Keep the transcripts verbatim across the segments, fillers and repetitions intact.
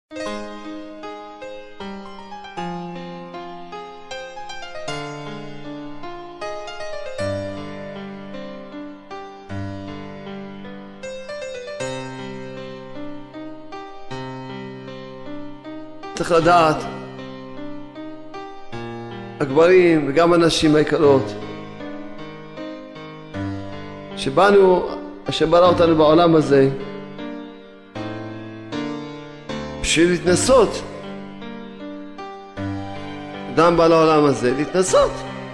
צריך לדעת, הגברים וגם הנשים היקרות, שבאנו, אשר ברא אותנו בעולם הזה, בשביל להתנסות. אדם בא לעולם הזה להתנסות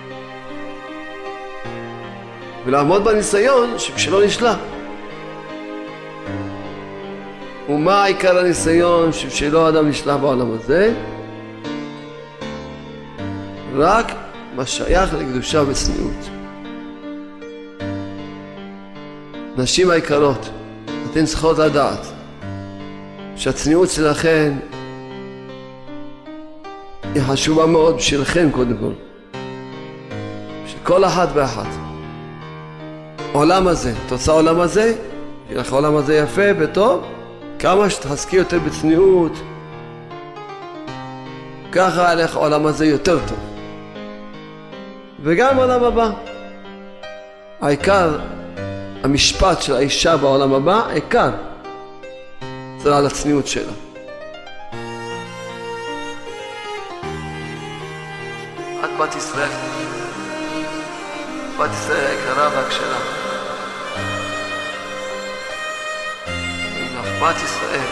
ולעמוד בניסיון שבשלו נשלח. ומה עיקר הניסיון שבשלו האדם נשלח בעולם הזה? רק מה שייך לקדושה וצניעות. נשים היקרות, אתן צריכות לדעת שהצניעות שלכן היא חשובה מאוד בשבילכן קודם כל, שכל אחת ואחת. העולם הזה, תוצא העולם הזה, יהיה לך העולם הזה יפה וטוב, כמה שתחזקי יותר בצניעות, ככה הלך העולם הזה יותר טוב. וגם העולם הבא. העיקר, המשפט של האישה בעולם הבא, העיקר, זה על הצניעות שלה. את בת ישראל, בת ישראל היקרה והכשרה. בת ישראל.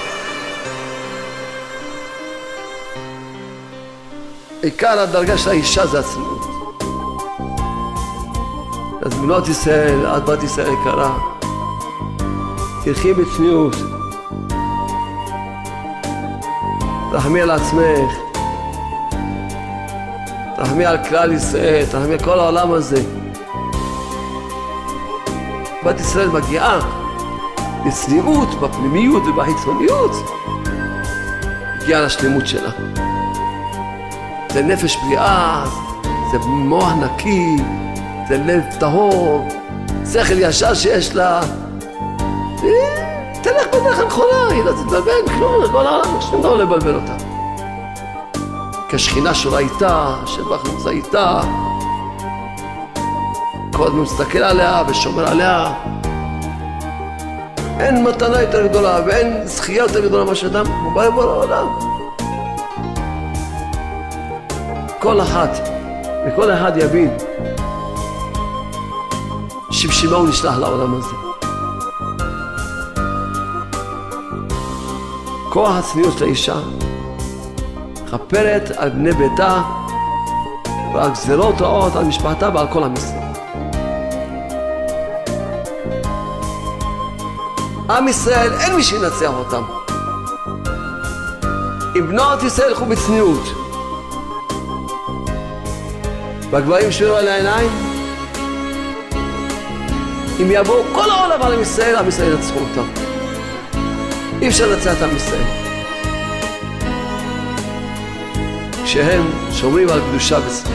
עיקר הדרגה של האישה זה הצניעות. אז בנות ישראל, את בת ישראל יקרה, תלכי בצניעות, תחמי על עצמך, תחמי על כלל ישראל, תחמי על כל העולם הזה. בת ישראל מגיעה בצניעות, בפנימיות ובחיצוניות, הגיעה לשלמות שלה. זה נפש בריאה, זה מוח נקי, זה לב טהור, שכל ישר שיש לה. תלך בדרך הנכונה, היא לא תתבלבל, כלום, כל העולם, שום דבר לבלבל אותה. כשכינה שורה איתה, שבח נמצא איתה, כל הזמן מסתכל עליה ושומר עליה. אין מתנה יותר גדולה ואין זכייה יותר גדולה מה שאדם הוא בא לבוא לעולם. כל אחד וכל אחד יבין שבשמה הוא נשלח לעולם הזה. כוח הצניעות של האישה חפרת על בני ביתה ועל גזירות רעות על משפחתה ועל כל עם ישראל. עם ישראל אין מי שינצח אותם. אם בנות ישראל ילכו בצניעות והגברים שירו על העיניים, אם יבואו כל העולם על עם ישראל, עם ישראל ינצחו אותם. אי אפשר לנצח את עם ישראל כשהם שומרים על קדושה וצניעות.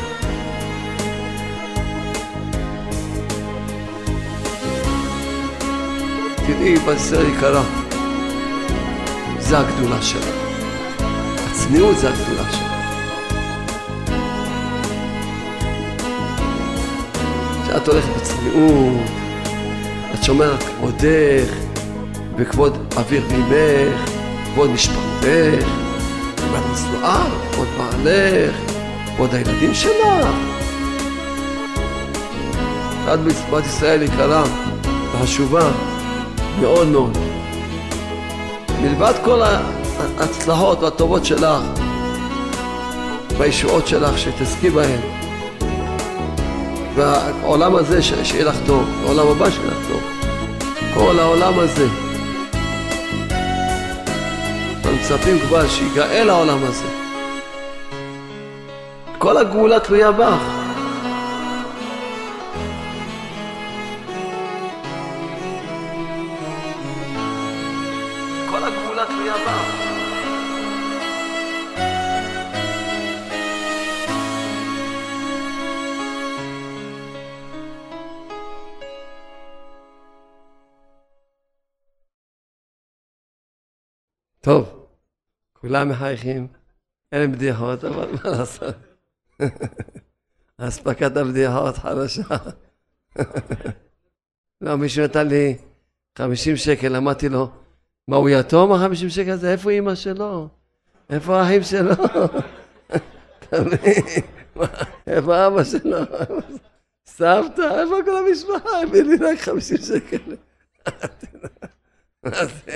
תראי, בת ישראל יקרה, זה הגדולה שלה. הצניעות זה הגדולה שלה. כשאת הולכת בצניעות, את שומרת כבודך, וכבוד אוויר ממך, כבוד משפחתך, ואת נשואה, כבוד בעלך, כבוד הילדים שלך. את בת ישראל יקרה וחשובה מאוד מאוד. מלבד כל ההצלחות והטובות שלך והישועות שלך שתזכי בהן, והעולם הזה שיהיה לך טוב, העולם הבא שיהיה לך טוב, כל העולם הזה מצפים כבר שיגאל העולם הזה. כל הגאולה תלויה בך. כל הגאולה תלויה בך. טוב. כולם מחייכים. אין בדיחות, אבל מה לעשות? אספקת הבדיחות חדשה. לא, מישהו נתן לי חמישים שקל, אמרתי לו, מה הוא יתום החמישים שקל הזה? איפה אמא שלו? איפה האחים שלו? איפה אבא שלו? סבתא, איפה כל המשפחה? הביא לי רק חמישים שקל. מה זה?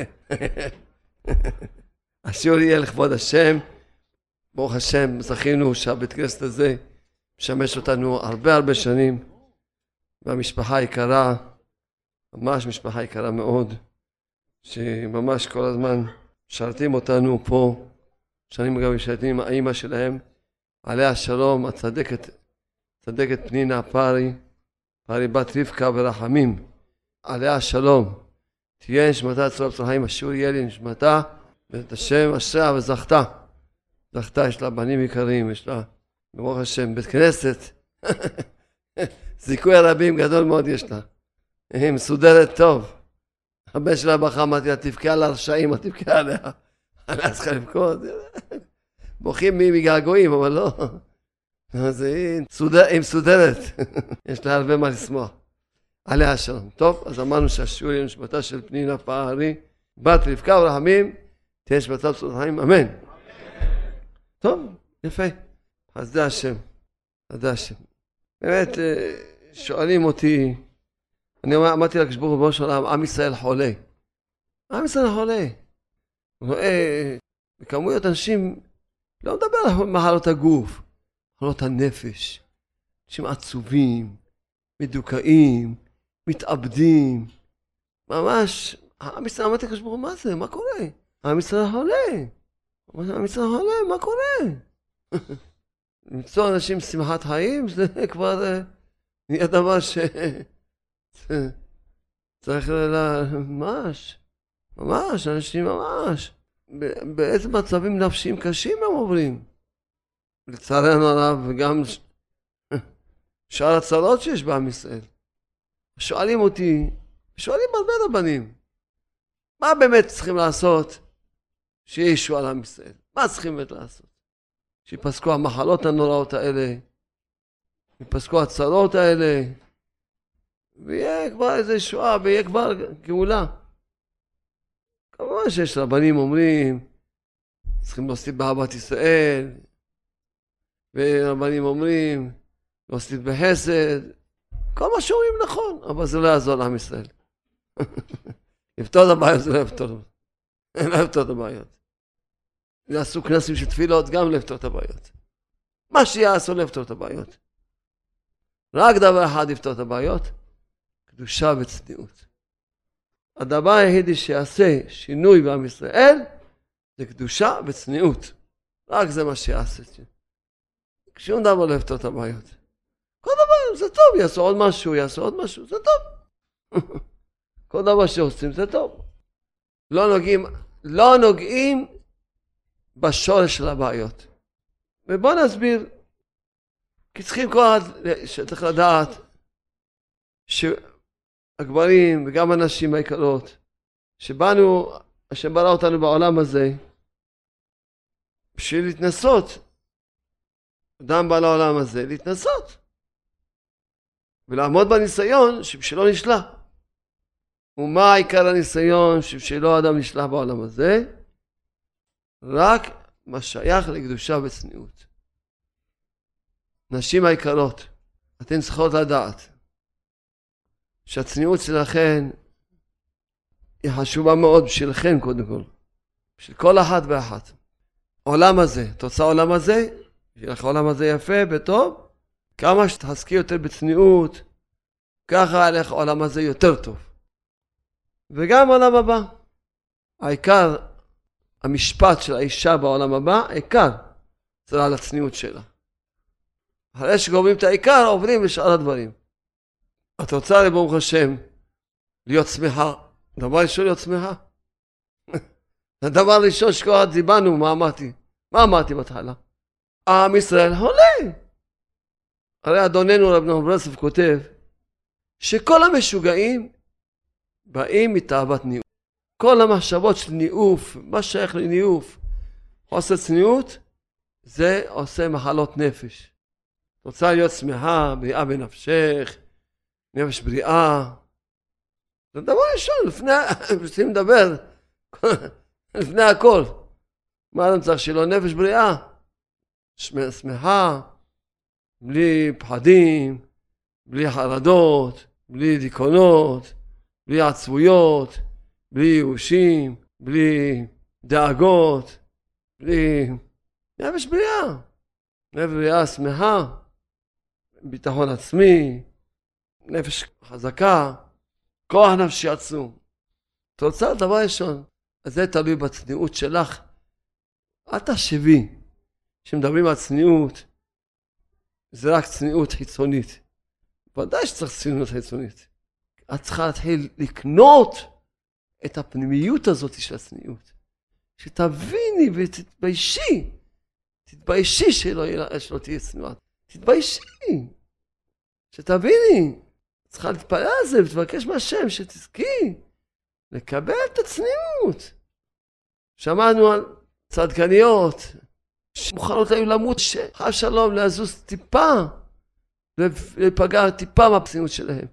השיעור יהיה לכבוד השם. ברוך השם, זכינו שהבית כנסת הזה משמש אותנו הרבה הרבה שנים, והמשפחה יקרה, ממש משפחה יקרה מאוד, שממש כל הזמן משרתים אותנו פה, שנים גם משרתים עם האמא שלהם, עליה השלום, הצדקת, צדקת פנינה פארי, פארי בת רבקה ורחמים, עליה השלום, תהיה נשמתה צרור צרחיים, השיעור יהיה לי נשמתה, ואת השם אשריה וזכתה. זכתה, יש לה בנים יקרים, יש לה, ברוך השם, בית כנסת. זיכוי הרבים גדול מאוד יש לה. היא מסודרת טוב. הבן שלה בכה, אמרתי לה, תבכה על הרשעים, מה תבכה עליה? עליה צריכה לבכות. בוכים מגעגועים, אבל לא. אז היא מסודרת. יש לה הרבה מה לשמוח. עליה השלום. טוב, אז אמרנו שהשיעור היא נשמתה של פנינה פארי, בת רבקה ורחמים, תהיה נשמתה בשורות חיים, אמן. טוב, יפה. אז זה השם. זה השם. באמת, שואלים אותי, אני אמרתי לקדוש ברוך הוא בראש העולם, עם ישראל חולה. עם ישראל חולה. הוא רואה, בכמויות אנשים, לא מדבר על מחלות הגוף, מחלות הנפש. אנשים עצובים, מדוכאים, מתאבדים. ממש, עם ישראל, אמרתי לקדוש ברוך הוא, מה זה? מה קורה? עם ישראל חולה. עם ישראל חולה, מה קורה? למצוא אנשים שמחת חיים, זה כבר נהיה דבר ש... צריך ממש, ממש, אנשים ממש, באיזה מצבים נפשיים קשים הם עוברים. לצערנו הרב, וגם שאר הצרות שיש בעם ישראל. שואלים אותי, שואלים הרבה רבנים, מה באמת צריכים לעשות שיהיה ישועה לעם ישראל? מה צריכים באמת לעשות? שיפסקו המחלות הנוראות האלה, יפסקו הצרות האלה, ויהיה כבר איזו ישועה, ויהיה כבר גאולה. כמובן שיש רבנים אומרים, צריכים להוסיף באהבת ישראל, ורבנים אומרים, להוסיף בחסד, כל מה שאומרים נכון, אבל זה לא יעזור לעם ישראל. לפתור את הבעיות, זה לא יפתור. לא יפתור את הבעיות. יעשו כנסים של תפילות, גם לפתור את הבעיות. מה שיעשו לפתור את הבעיות. רק דבר אחד יפתור את הבעיות, קדושה וצניעות. הדבר היחידי שיעשה שינוי בעם ישראל, זה קדושה וצניעות. רק זה מה שיעשה. שום דבר לא יפתור את הבעיות. כל דבר זה טוב, יעשו עוד משהו, יעשו עוד משהו, זה טוב. כל דבר שעושים זה טוב. לא נוגעים, לא נוגעים בשורש של הבעיות. ובואו נסביר, כי צריכים כל אחד, שצריך לדעת, שהגברים וגם הנשים היקרות, שבאנו, השם ברא אותנו בעולם הזה, בשביל להתנסות, אדם בא לעולם הזה, להתנסות, ולעמוד בניסיון שבשלו נשלח. ומה העיקר הניסיון שבשלו אדם נשלח בעולם הזה? רק מה שייך לקדושה וצניעות. נשים היקרות, אתן צריכות לדעת שהצניעות שלכן היא חשובה מאוד בשבילכן קודם כל, בשביל כל אחת ואחת. העולם הזה, תוצא העולם הזה, שיהיה לך העולם הזה יפה וטוב, כמה שתחזקי יותר בצניעות, ככה יהיה לך העולם הזה יותר טוב. וגם העולם הבא, העיקר, המשפט של האישה בעולם הבא, העיקר זה על הצניעות שלה. אחרי שגומרים את העיקר, עוברים לשאר הדברים. את רוצה לברוך השם להיות שמחה. דבר ראשון להיות שמחה. הדבר ראשון שכל דיברנו, מה אמרתי? מה אמרתי בהתחלה? עם ישראל חולה. הרי אדוננו רב נחמן ברסלב כותב שכל המשוגעים באים מתאוות ניאוף. כל המחשבות של ניאוף, מה שייך לניאוף, חוסר צניעות, זה עושה מחלות נפש. רוצה להיות שמחה, בריאה בנפשך, נפש בריאה. זה דבר ראשון, לפני, רוצים לדבר, לפני הכל. מה אדם צריך שלא נפש בריאה? שמחה, בלי פחדים, בלי חרדות, בלי דיכאונות, בלי עצבויות, בלי ייאושים, בלי דאגות, בלי נפש בריאה. נפש בריאה שמחה, ביטחון עצמי, נפש חזקה, כוח נפשי עצום. תוצאה דבר ראשון, אז זה תלוי בצניעות שלך. אל תחשבי שמדברים על צניעות, זה רק צניעות חיצונית. ודאי שצריך צניעות חיצונית. את צריכה להתחיל לקנות את הפנימיות הזאת של הצניעות. שתביני ותתביישי. תתביישי שלא, שלא תהיה צנועה. תתביישי. שתביני. צריכה להתפלל על זה ותבקש מהשם שתזכי לקבל את הצניעות. שמענו על צדקניות שמוכנות היו למות, שחב שלום להזוז טיפה, לפגע טיפה מהצניעות שלהם.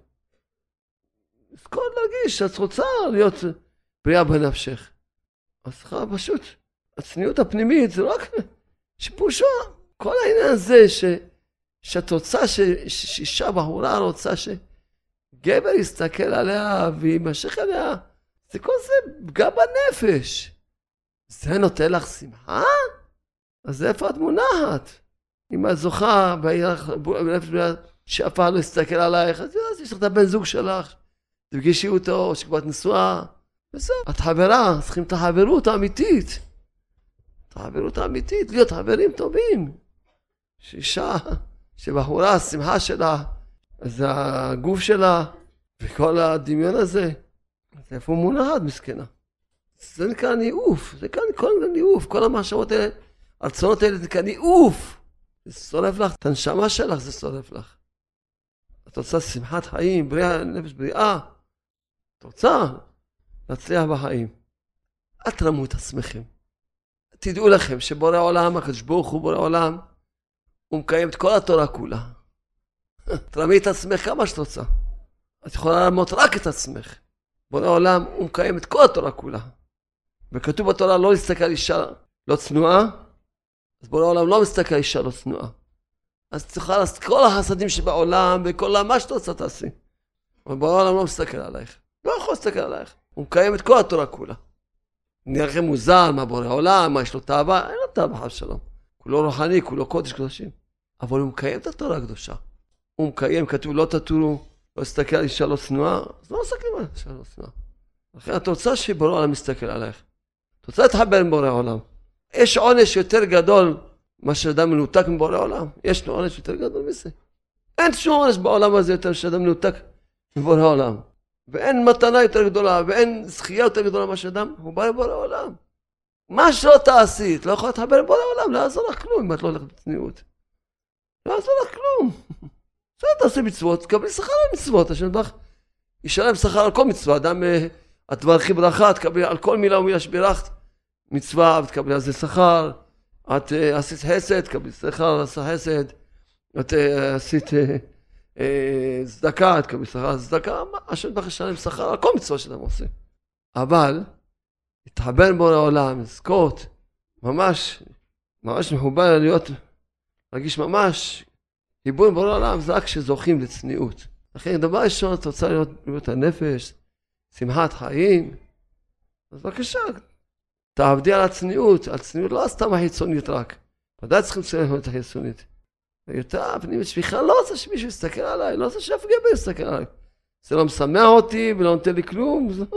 אז כל להרגיש שאת רוצה להיות בריאה בנפשך. אז צריכה פשוט, הצניעות הפנימית זה רק שפושע. כל העניין הזה ש, שאת רוצה, ש, שאישה בחורה רוצה שגבר יסתכל עליה וימשך עליה, זה כל זה פגע בנפש. זה נותן לך שמחה? אז איפה את מונחת? אם את זוכה שאף אחד לא יסתכל עלייך, אז יש לך את הבן זוג שלך, תפגישי אותו, שכבר את נשואה, וזהו. את חברה, צריכים את החברות האמיתית. את החברות האמיתית, להיות חברים טובים. שאישה, שבחורה, השמחה שלה, זה הגוף שלה, וכל הדמיון הזה, אז איפה מונחת מסכנה? זה נקרא ניאוף, זה נקרא ניאוף, כל המחשבות האלה, הרצונות האלה זה נקרא ניאוף. זה שורף לך, את הנשמה שלך זה שורף לך. את רוצה שמחת חיים, בריאה, נפש בריאה. את רוצה להצליח בחיים. אל תרמו את עצמכם. תדעו לכם שבורא עולם, הקדוש ברוך הוא בורא עולם, הוא מקיים את כל התורה כולה. תרמי את עצמך כמה שאת רוצה. את יכולה לרמות רק את עצמך. בורא עולם הוא מקיים את כל התורה כולה. וכתוב בתורה לא להסתכל על אישה לא צנועה, אז בורא העולם לא מסתכל על אישה לא צנועה. אז צריכה לעשות כל החסדים שבעולם, וכל מה שאתה רוצה תעשי. אבל בורא העולם לא מסתכל עלייך. לא יכול להסתכל עלייך. הוא מקיים את כל התורה כולה. נראה לכם מוזר מה בורא העולם, מה יש לו תאווה? אין לו תאווה חס שלום. כולו רוחני, כולו קודש קדושים. אבל הוא מקיים את התורה הקדושה. הוא מקיים, כתוב לא תטורו, לא להסתכל על אישה לא צנועה, אז לא מסתכלים על אישה לא צנועה. לכן את רוצה שבורא העולם מסתכל עלייך. את רוצה להתחבר עם בורא העולם. יש עונש יותר גדול מה שאדם מנותק מבורא העולם. יש לו עונש יותר גדול מזה. אין שום עונש בעולם הזה יותר שאדם מנותק מבורא העולם. ואין מתנה יותר גדולה, ואין זכייה יותר גדולה מה שאדם, הוא בא לבורא העולם. מה שלא תעשי, את לא יכולה להתחבר עם בורא העולם, לא יעזור לך כלום אם את לא הולכת בצניעות. לא יעזור לך כלום. בסדר, תעשי מצוות, תקבלי שכר על מצוות, השם בך ישלם שכר על כל מצווה. אדם, את תברכי ברכה, תקבלי על כל מילה ומילה שברכת מצווה, ותקבלי על זה שכר. את uh, עשית חסד, תקבלי שכר, עשה חסד. את uh, עשית uh, uh, צדקה, תקבלי שכר על צדקה. השם בך ישלם שכר על כל מצווה שאתם עושים. אבל, להתחבר בו לעולם, לזכות, ממש, ממש מחובר להיות, להרגיש ממש, חיבור בו לעולם, זה רק שזוכים לצניעות. לכן, דבר ראשון, את רוצה להיות בריאות הנפש, שמחת חיים, אז בבקשה, תעבדי על הצניעות. הצניעות לא סתם החיצונית רק. ודאי צריכים לצניעות את החיצונית. ויותר הפנימית שבכלל לא רוצה שמישהו יסתכל עליי, לא רוצה שאף גבר יסתכל עליי. זה לא משמח אותי ולא נותן לי כלום, לא.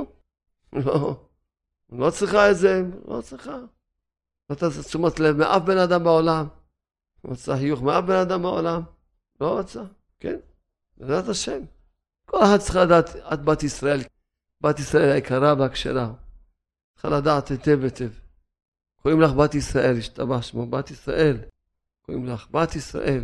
לא. לא צריכה את זה, לא צריכה. לא רוצה תשומת לב מאף בן אדם בעולם. לא רוצה חיוך מאף בן אדם בעולם. לא רוצה, כן? לדעת השם. כל אחד צריכה לדעת, את בת ישראל, בת ישראל היקרה והכשרה. צריכה לדעת היטב היטב. קוראים לך בת ישראל, השתבח שמו, בת ישראל. קוראים לך בת ישראל.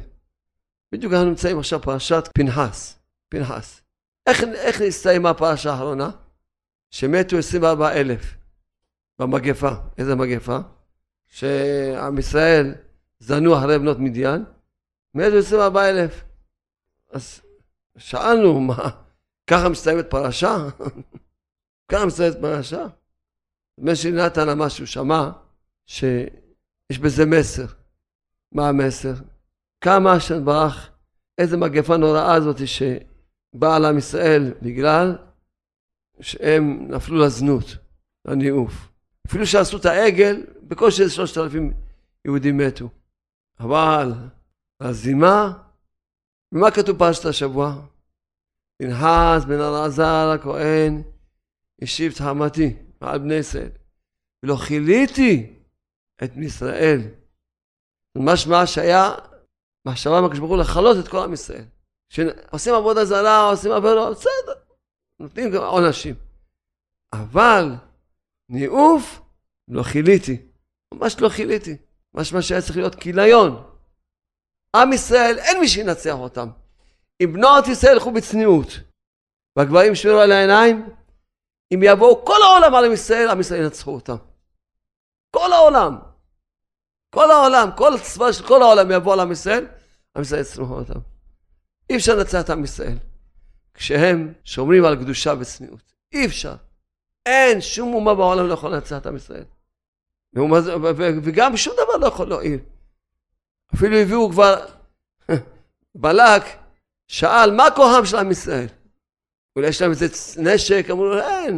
בדיוק אנחנו נמצאים עכשיו פרשת פנחס. פנחס. איך, איך נסתיימה הפרשה האחרונה? שמתו עשרים וארבעה אלף במגפה. איזה מגפה? שעם ישראל זנו אחרי בנות מדיין, מתו עשרים וארבעה אלף. אז שאלנו, מה, ככה מסתיימת פרשה? ככה מסתיימת פרשה? מי שנתן לה משהו שמע, שיש בזה מסר. מה המסר? כמה השם ברח, איזה מגפה נוראה הזאת שבאה על עם ישראל בגלל שהם נפלו לזנות, לניאוף. אפילו שעשו את העגל, בקושי שלושת אלפים יהודים מתו. אבל הזימה, ומה כתוב פרשת השבוע? פנחס בן אלעזר הכהן השיב תחמתי על בני ישראל, ולא חיליתי את ישראל. משמע שהיה מחשבה מהקדוש ברוך הוא לכלות את כל עם ישראל. שעושים עבודה זרה, עושים עבירות, בסדר, נותנים גם עונשים. אבל ניאוף לא חיליתי, ממש לא חיליתי. משמע שהיה צריך להיות כיליון. עם ישראל, אין מי שינצח אותם. אם בנות ישראל ילכו בצניעות, והגברים שמירו על העיניים, אם יבואו כל העולם על עם ישראל, עם ישראל ינצחו אותם. כל העולם. כל העולם, כל צבא של כל העולם יבוא על עם ישראל, עם ישראל יצניחו אותם. אי אפשר לנצח את עם ישראל. כשהם שומרים על קדושה וצניעות. אי אפשר. אין שום אומה בעולם לא יכול לנצח את עם ישראל. וגם שום דבר לא יכול להועיל. אפילו הביאו כבר, בלק שאל מה כוחם של עם ישראל. אולי יש להם איזה נשק, אמרו לו אין.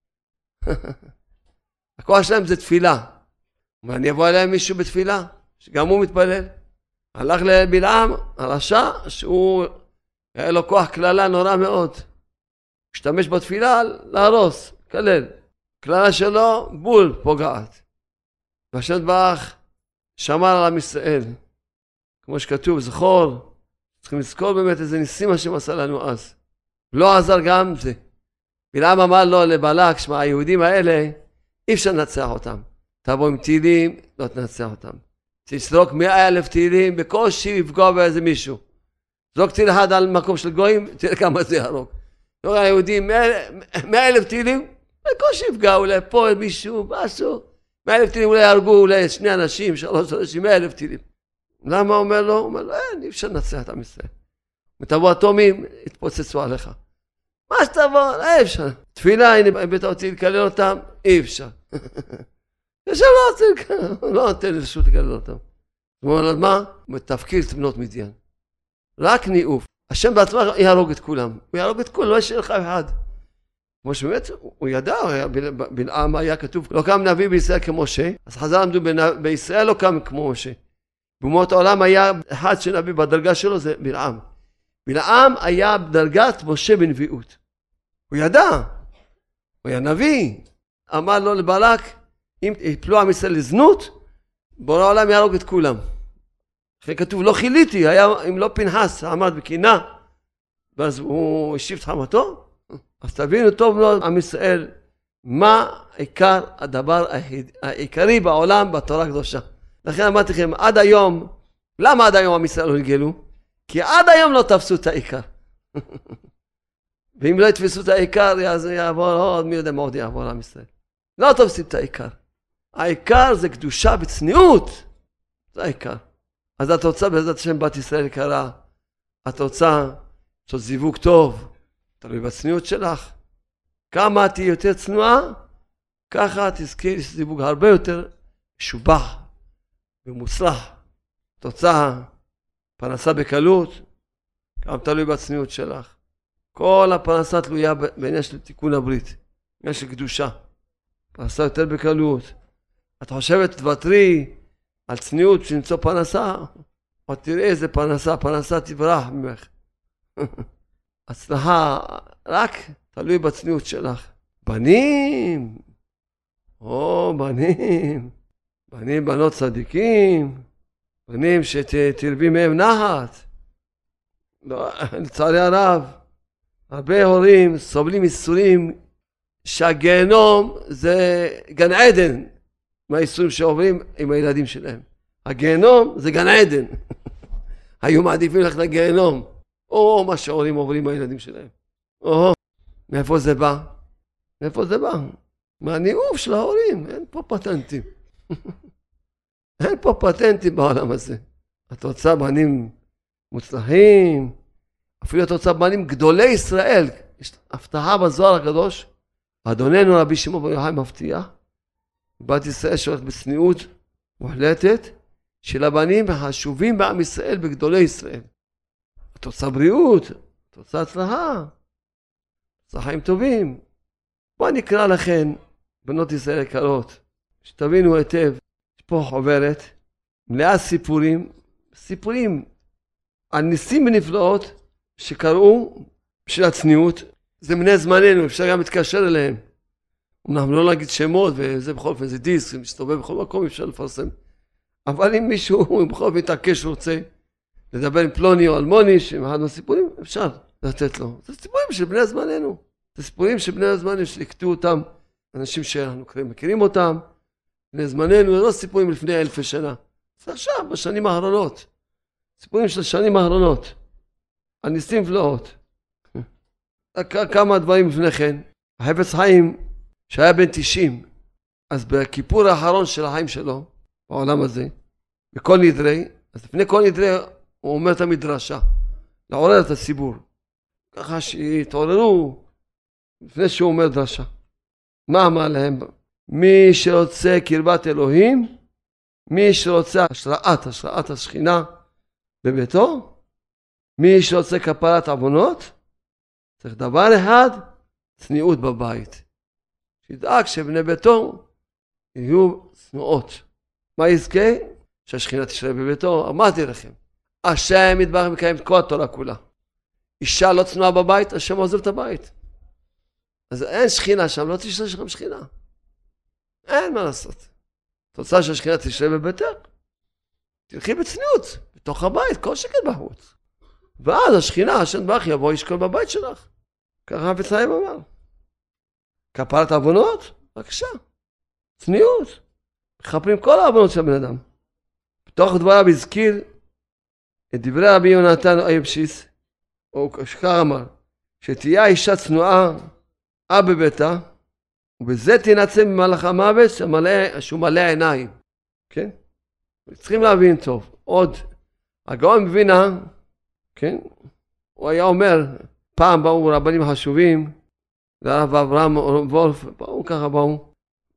הכוח שלהם זה תפילה. ואני אבוא אליהם מישהו בתפילה, שגם הוא מתפלל. הלך לבלעם, הרשע, שהוא, היה לו כוח כללה נורא מאוד. השתמש בתפילה להרוס, כלל. כללה שלו, בול, פוגעת. והשם יתברך שמר על עם ישראל. כמו שכתוב, זכור, צריכים לזכור באמת איזה ניסים השם עשה לנו אז. לא עזר גם זה. בלעם אמר לו לבלק, שמע, היהודים האלה, אי אפשר לנצח אותם. תבוא עם טילים, לא תנצח אותם. תזרוק מאה אלף טילים, בקושי יפגוע באיזה מישהו. זרוק טיל אחד על מקום של גויים, תראה כמה זה יהרוג. לא היהודים, מאה אלף טילים, בקושי יפגע, אולי פה מישהו, משהו. מאה אלף טילים אולי יהרגו, אולי שני אנשים, שלוש אנשים, מאה אלף טילים. למה אומר לו? הוא אומר לו, אין, אי אפשר לנצח את עם ישראל. ותבוא אטומים, יתפוצצו עליך. מה שתבוא, אי אפשר. תפילה, הנה, הבאת אותי לקלל אותם, אי אפשר. יש לא רוצה לקלל, הוא לא נותן לרשות לקלל אותם. הוא אומר, מה? הוא מתפקיד את בנות מדיין. רק ניאוף. השם בעצמו יהרוג את כולם. הוא יהרוג את כולם, לא ישאיר לך אחד. כמו שבאמת, הוא ידע, בלעם היה כתוב, לא קם נביא בישראל כמשה, אז חז"ל למדו, בישראל לא קם כמו משה. באומות העולם היה אחד שנביא בדרגה שלו, זה בלעם. בלעם היה בדרגת משה בנביאות. הוא ידע, הוא היה נביא. אמר לו לבלק, אם יפלו עם ישראל לזנות, בורא העולם יהרוג את כולם. אחרי כתוב, לא חיליתי, היה, אם לא פנחס, עמד בקינה, ואז הוא השיב את חמתו. אז תבינו טוב מאוד, עם ישראל, מה עיקר הדבר העיקרי בעולם בתורה הקדושה. לכן אמרתי לכם, עד היום, למה עד היום עם ישראל לא נגלו? כי עד היום לא תפסו את העיקר. ואם לא יתפסו את העיקר, אז יעבור עוד, מי יודע מה עוד יעבור עם ישראל. לא תפסו את העיקר. העיקר זה קדושה וצניעות. זה העיקר. אז את רוצה בעזרת השם בת ישראל יקרה, את רוצה לעשות זיווג טוב, תלוי בצניעות שלך. כמה תהיי יותר צנועה, ככה תזכי לזיווג הרבה יותר משובח ומוצלח. תוצאה, פרנסה בקלות, גם תלוי בצניעות שלך. כל הפרנסה תלויה בעניין של תיקון הברית, בעניין של קדושה. פרנסה יותר בקלות. את חושבת, תוותרי על צניעות שנמצוא פרנסה, או תראה איזה פרנסה, פרנסה תברח ממך. הצלחה רק תלוי בצניעות שלך. בנים, או בנים, בנים בנות צדיקים, בנים שתרבי מהם נחת. לא, לצערי הרב, הרבה הורים סובלים ייסורים שהגיהנום זה גן עדן מהייסורים שעוברים עם הילדים שלהם. הגיהנום זה גן עדן. היו מעדיפים ללכת לגיהנום. או מה שההורים עוברים עם הילדים שלהם. או, מאיפה זה בא? מאיפה זה בא? מהניאוף של ההורים, אין פה פטנטים. אין פה פטנטים בעולם הזה. את רוצה בנים מוצלחים, אפילו את רוצה בנים גדולי ישראל. יש הבטחה בזוהר הקדוש, אדוננו רבי שמעון בר יוחאי מבטיח, בת ישראל שהולכת בצניעות מוחלטת, של הבנים החשובים בעם ישראל בגדולי ישראל. את רוצה בריאות, את רוצה הצלחה, את רוצה חיים טובים. בואו נקרא לכן, בנות ישראל יקרות, שתבינו היטב, יש פה חוברת, מלאה סיפורים, סיפורים על ניסים ונפלאות שקראו בשביל הצניעות. זה בני זמננו, אפשר גם להתקשר אליהם. אנחנו לא נגיד שמות, וזה בכל אופן זה דיסק, זה מסתובב בכל מקום, אפשר לפרסם. אבל אם מישהו בכל אופן מתעקש רוצה לדבר עם פלוני או אלמוני, שהם אחד מהסיפורים, אפשר לתת לו. זה סיפורים של בני זמננו. זה סיפורים של בני זמננו שלקטו אותם, אנשים שאנחנו מכירים אותם, בני זמננו, זה לא סיפורים לפני אלפי שנה. זה עכשיו, בשנים האחרונות. סיפורים של השנים האחרונות. על ניסים ופלאות. כמה דברים לפני כן. החפץ חיים, שהיה בן תשעים, אז בכיפור האחרון של החיים שלו, בעולם הזה, בכל נדרי, אז לפני כל נדרי הוא אומר את המדרשה, לעורר את הציבור. ככה שיתעוררו לפני שהוא אומר דרשה. מה אמר להם? מי שרוצה קרבת אלוהים, מי שרוצה השראת, השראת השכינה בביתו, מי שרוצה כפרת עוונות, צריך דבר אחד, צניעות בבית. שידאג שבני ביתו יהיו צנועות. מה יזכה? שהשכינה תשרה בביתו. אמרתי לכם, השם יתברך מקיים את כל התורה כולה. אישה לא צנועה בבית, השם עוזב את הבית. אז אין שכינה שם, לא תשרה שם שכינה. אין מה לעשות. תוצאה שהשכינה תשרה בביתך, תלכי בצניעות, בתוך הבית, כל שקט בחוץ. ואז השכינה, השם יתברך יבוא ישכון בבית שלך. ככה החפץ חיים אמר. כפרת עוונות? בבקשה. צניעות. מכפרים כל העוונות של הבן אדם. בתוך דבריו הזכיר את דברי רבי יונתן אייבשיץ, או שכך אמר, שתהיה אישה צנועה אב בביתה, ובזה תנצל ממלאך המוות שהוא מלא עיניים. כן? צריכים להבין טוב. עוד, הגאון מווילנה, כן? הוא היה אומר, פעם באו רבנים חשובים, לרב אברהם וולף, באו ככה באו,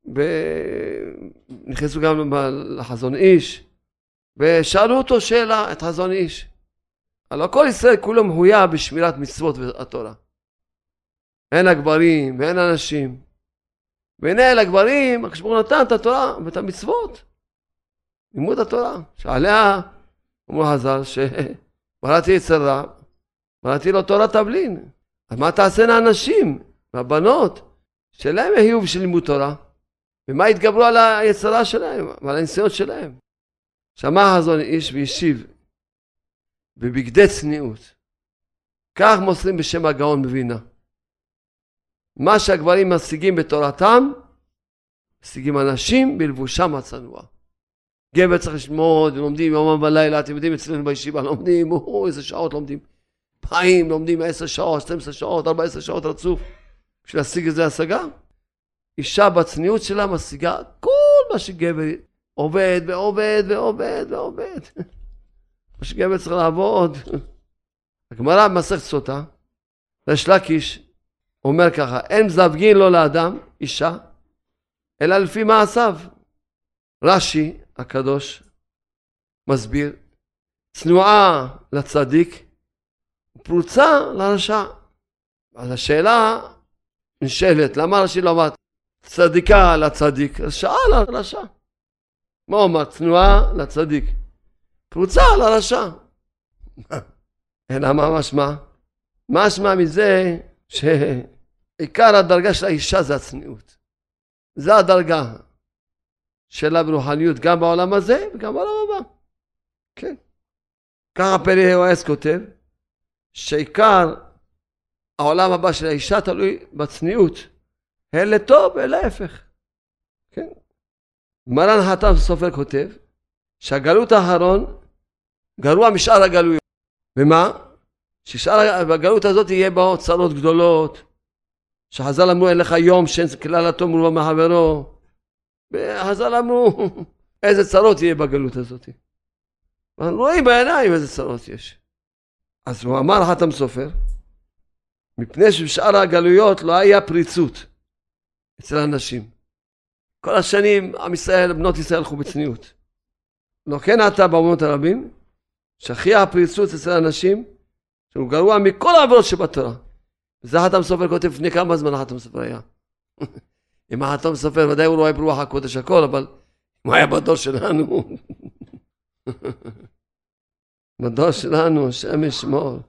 ונכנסו גם לחזון איש, ושאלו אותו שאלה, את חזון איש. הלא כל ישראל כולו מחויב בשמירת מצוות והתורה. הן הגברים והן הנשים. והנה אל הגברים, הקדוש ברוך הוא נתן את התורה ואת המצוות. לימוד התורה, שעליה, אמרו חז"ל, שבראתי יצר רע, בראתי לו תורת תבלין. אז מה תעשינה הנשים והבנות שלהם יהיו בשביל לימוד תורה? ומה יתגברו על היצרה שלהם ועל הניסיון שלהם? שמע חזון איש והשיב בבגדי צניעות. כך מוסרים בשם הגאון מווילנה. מה שהגברים משיגים בתורתם, משיגים אנשים בלבושם הצנוע. גבר צריך לשמוד, לומדים יומם ולילה, אתם יודעים אצלנו בישיבה, לומדים, או איזה שעות לומדים. פעמים לומדים עשר שעות, שתים עשרה שעות, ארבע עשרה שעות רצוף. בשביל להשיג את זה השגה. אישה בצניעות שלה משיגה כל מה שגבר עובד ועובד ועובד ועובד. מה שגבר צריך לעבוד. הגמרא במסכת סוטה, ריש לקיש אומר ככה, אין מזווגין לו לאדם, אישה, אלא לפי מעשיו. רש"י הקדוש מסביר, צנועה לצדיק, פרוצה לרשע. אז השאלה נשאלת, למה רש"י לא אמר צדיקה לצדיק, רשעה לרשע? מה אומר? צנועה לצדיק, פרוצה לרשע. אלא מה משמע? משמע מזה שעיקר הדרגה של האישה זה הצניעות. זה הדרגה שלה ברוחניות גם בעולם הזה וגם בעולם הבא. כן. ככה פלא יועץ כותב שעיקר העולם הבא של האישה תלוי בצניעות. הן לטוב ולהפך. כן. מרן חתם סופר כותב שהגלות האחרון גרוע משאר הגלויות. ומה? ששאר הגלות הזאת יהיה בה צרות גדולות. שחז"ל אמרו אין לך יום שאין כלל הטוב מרובו מחברו. וחז"ל אמרו איזה צרות יהיה בגלות הזאת. אנחנו רואים בעיניים איזה צרות יש. אז הוא אמר חתם סופר, מפני שבשאר הגלויות לא היה פריצות אצל האנשים. כל השנים עם ישראל, בנות ישראל הלכו בצניעות. לא כן עתה באומות הרבים, שהכי הפריצות אצל האנשים, שהוא גרוע מכל העבירות שבתורה. וזה חתם סופר כותב לפני כמה זמן חתם סופר היה. אם חתם סופר, ודאי הוא לא היה ברוח הקודש הכל, אבל הוא היה בדור שלנו. בדור שלנו, השם ישמור.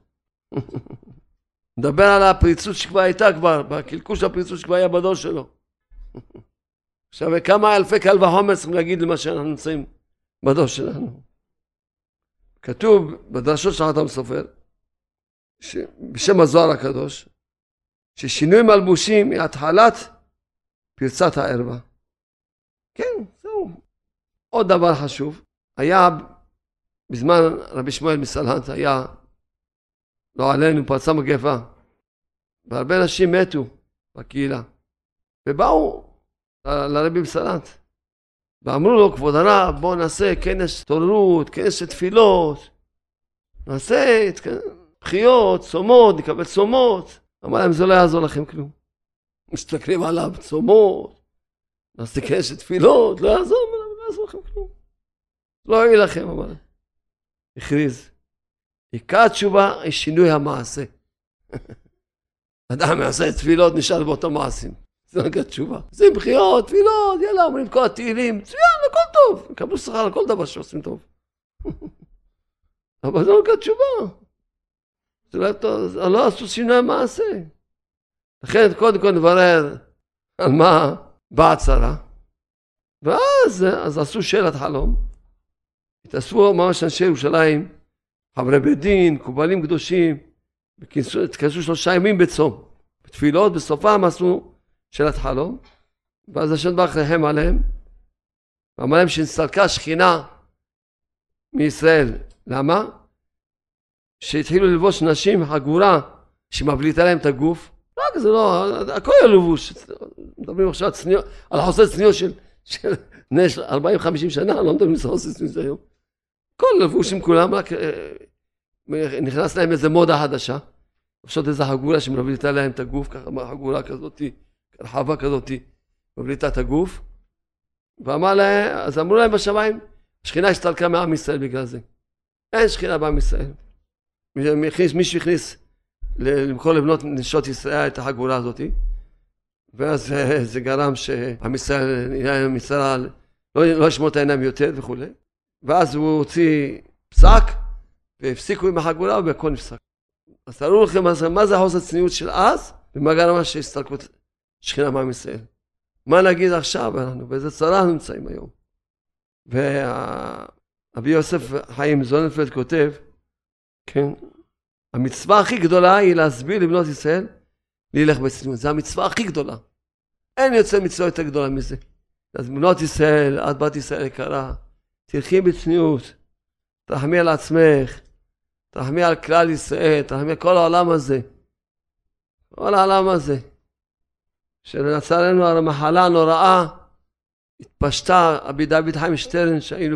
מדבר על הפריצות שכבר הייתה כבר, בקלקוש הפריצות שכבר היה בדור שלו. עכשיו, כמה אלפי קל וחומר צריכים להגיד למה שאנחנו נמצאים בדור שלנו. כתוב בדרשות של חתם סופר, בשם הזוהר הקדוש, ששינוי מלבושים היא התחלת פרצת הערווה. כן, זהו. עוד דבר חשוב, היה בזמן רבי שמואל מסלנט, היה, לא עלינו, פרצה מגפה, והרבה אנשים מתו בקהילה, ובאו לרבי מסלנט, ואמרו לו, כבוד הרב, בואו נעשה כנס תוררות, כנס של תפילות, נעשה בחיות, צומות, נקבל צומות. אמר להם, זה לא יעזור לכם כלום. מסתכלים עליו, צומות, נעשה כנס של תפילות, לא יעזור, לא יעזור לכם כלום. לא יהיה לכם, אמר להם. הכריז. עיקר התשובה היא שינוי המעשה. אדם יעשה תפילות, נשאר באותו מעשים. זה רק התשובה. זה בחיות, תפילות, יאללה, אומרים כל התהילים, צוין, הכל טוב. קבלו שכר על כל דבר שעושים טוב. אבל זה רק התשובה. זה לא טוב, לא עשו שינוי המעשה. לכן קודם כל נברר על מה באה הצרה. ואז אז עשו שאלת חלום. התאספו ממש אנשי ירושלים, חברי בית דין, קובלים קדושים, התכנסו שלושה ימים בצום. בתפילות, בסופם עשו שאלת חלום, ואז השם יתברך ריחם עליהם, ואמר להם שנסתלקה שכינה מישראל. למה? שהתחילו ללבוש נשים חגורה שמבליטה להם את הגוף. רק זה לא, הכל היה לבוש. מדברים עכשיו צניעות, על חוסר צניעות של, של ארבעים חמישים שנה, לא מדברים על חוסר צניעות היום. כל לבוש עם כולם, רק נכנס להם איזה מודה חדשה. פשוט איזו חגורה שמבליטה להם את הגוף, ככה חגורה כזאת, רחבה כזאת, מבליטה את הגוף. ואמר להם, אז אמרו להם בשמיים, השכינה הסתלקה מעם ישראל בגלל זה. אין שכינה בעם ישראל. מישהו הכניס למכור לבנות נשות ישראל את החגורה הזאת, ואז זה גרם שעם ישראל, עם ישראל לא, לא ישמור את העיניים יותר וכו'. ואז הוא הוציא פסק, והפסיקו עם החגורה והכל נפסק. אז תראו לכם מה זה החוסר צניעות של אז, ומה גרם שהסתלקו שכינה מעם ישראל. מה נגיד עכשיו אנחנו, באיזה צרה אנחנו נמצאים היום. ואבי יוסף חיים זוננפלד כותב, כן, המצווה הכי גדולה היא להסביר לבנות ישראל להילך בצניעות. זה המצווה הכי גדולה. אין יוצא מצווה יותר גדולה מזה. אז בנות ישראל, את בת ישראל יקרה, תלכי בצניעות, תרחמי על עצמך, תרחמי על כלל ישראל, תרחמי על כל העולם הזה. כל העולם הזה. שלצערנו המחלה הנוראה התפשטה, רבי דוד חיים שטרן, שהיינו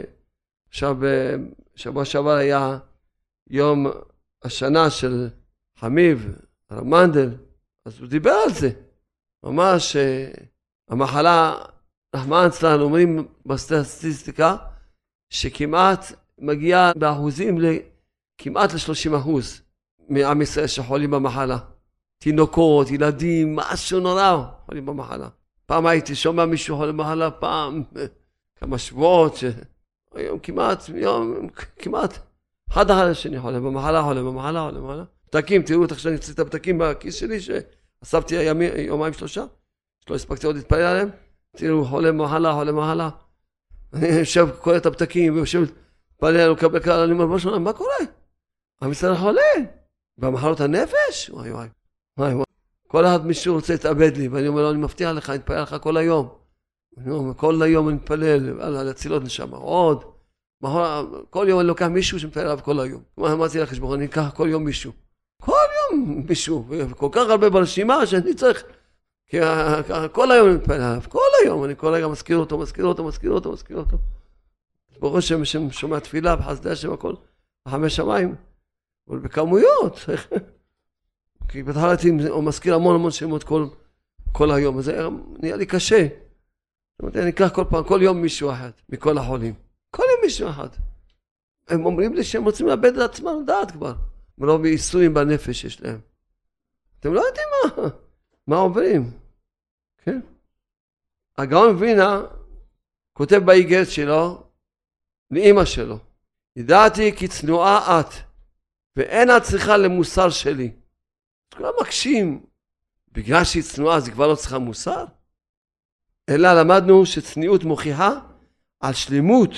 בשבוע שעבר היה יום השנה של חמיב, הרב מנדל, אז הוא דיבר על זה. ממש המחלה, רחמנא ליצלן, אומרים בסטטיסטיקה, שכמעט מגיעה באחוזים כמעט ל-שלושים אחוז מעם ישראל שחולים במחלה. תינוקות, ילדים, משהו נורא חולים במחלה. פעם הייתי שומע מישהו חולה במחלה, פעם כמה שבועות, ש... היום כמעט, יום, כמעט, אחד אחר השני חולה במחלה, חולה במחלה, חולה במחלה. פתקים, תראו את עכשיו אני אצלי את הפתקים בכיס שלי, שאספתי יומיים שלושה, שלא הספקתי עוד להתפלל עליהם. תראו, חולה במחלה, חולה במחלה. אני יושב, קורא את הפתקים, ויושב, מתפלל, לקבל קהל, אני אומר, מה, מה קורה? עם ישראל חולה. במחלות הנפש? וואי וואי. וואי וואי. כל אחד מישהו רוצה להתאבד לי, ואני אומר לו, אני מבטיח לך, אני מתפלל לך כל היום. אני אומר, כל היום אני מתפלל, על הצילות נשמה, עוד. כל יום אני לוקח מישהו שמתפלל עליו כל היום. מה אמרתי לך, שבחור, אני אקח כל יום מישהו. כל יום מישהו, וכל כך הרבה ברשימה שאני צריך כי כל היום אני מתפלל עליו, כל היום, אני כל רגע מזכיר אותו, מזכיר אותו, מזכיר אותו, מזכיר אותו. ברור שהם שומע תפילה בחסדי השם הכל, בחמש שמיים, אבל בכמויות. כי בתחילתי הוא מזכיר המון המון שמות כל, כל היום, אז זה נהיה לי קשה. זאת אומרת, אני אקח כל פעם, כל יום מישהו אחד, מכל החולים. כל יום מישהו אחד. הם אומרים לי שהם רוצים לאבד את עצמם לדעת כבר. מרוב ייסורים בנפש יש להם. אתם לא יודעים מה, מה עוברים. כן? הגאון מווילנה כותב באיגרת שלו, לאמא שלו, ידעתי כי צנועה את, ואין את צריכה למוסר שלי. כולם מקשים, בגלל שהיא צנועה אז היא כבר לא צריכה מוסר? אלא למדנו שצניעות מוכיחה על שלמות.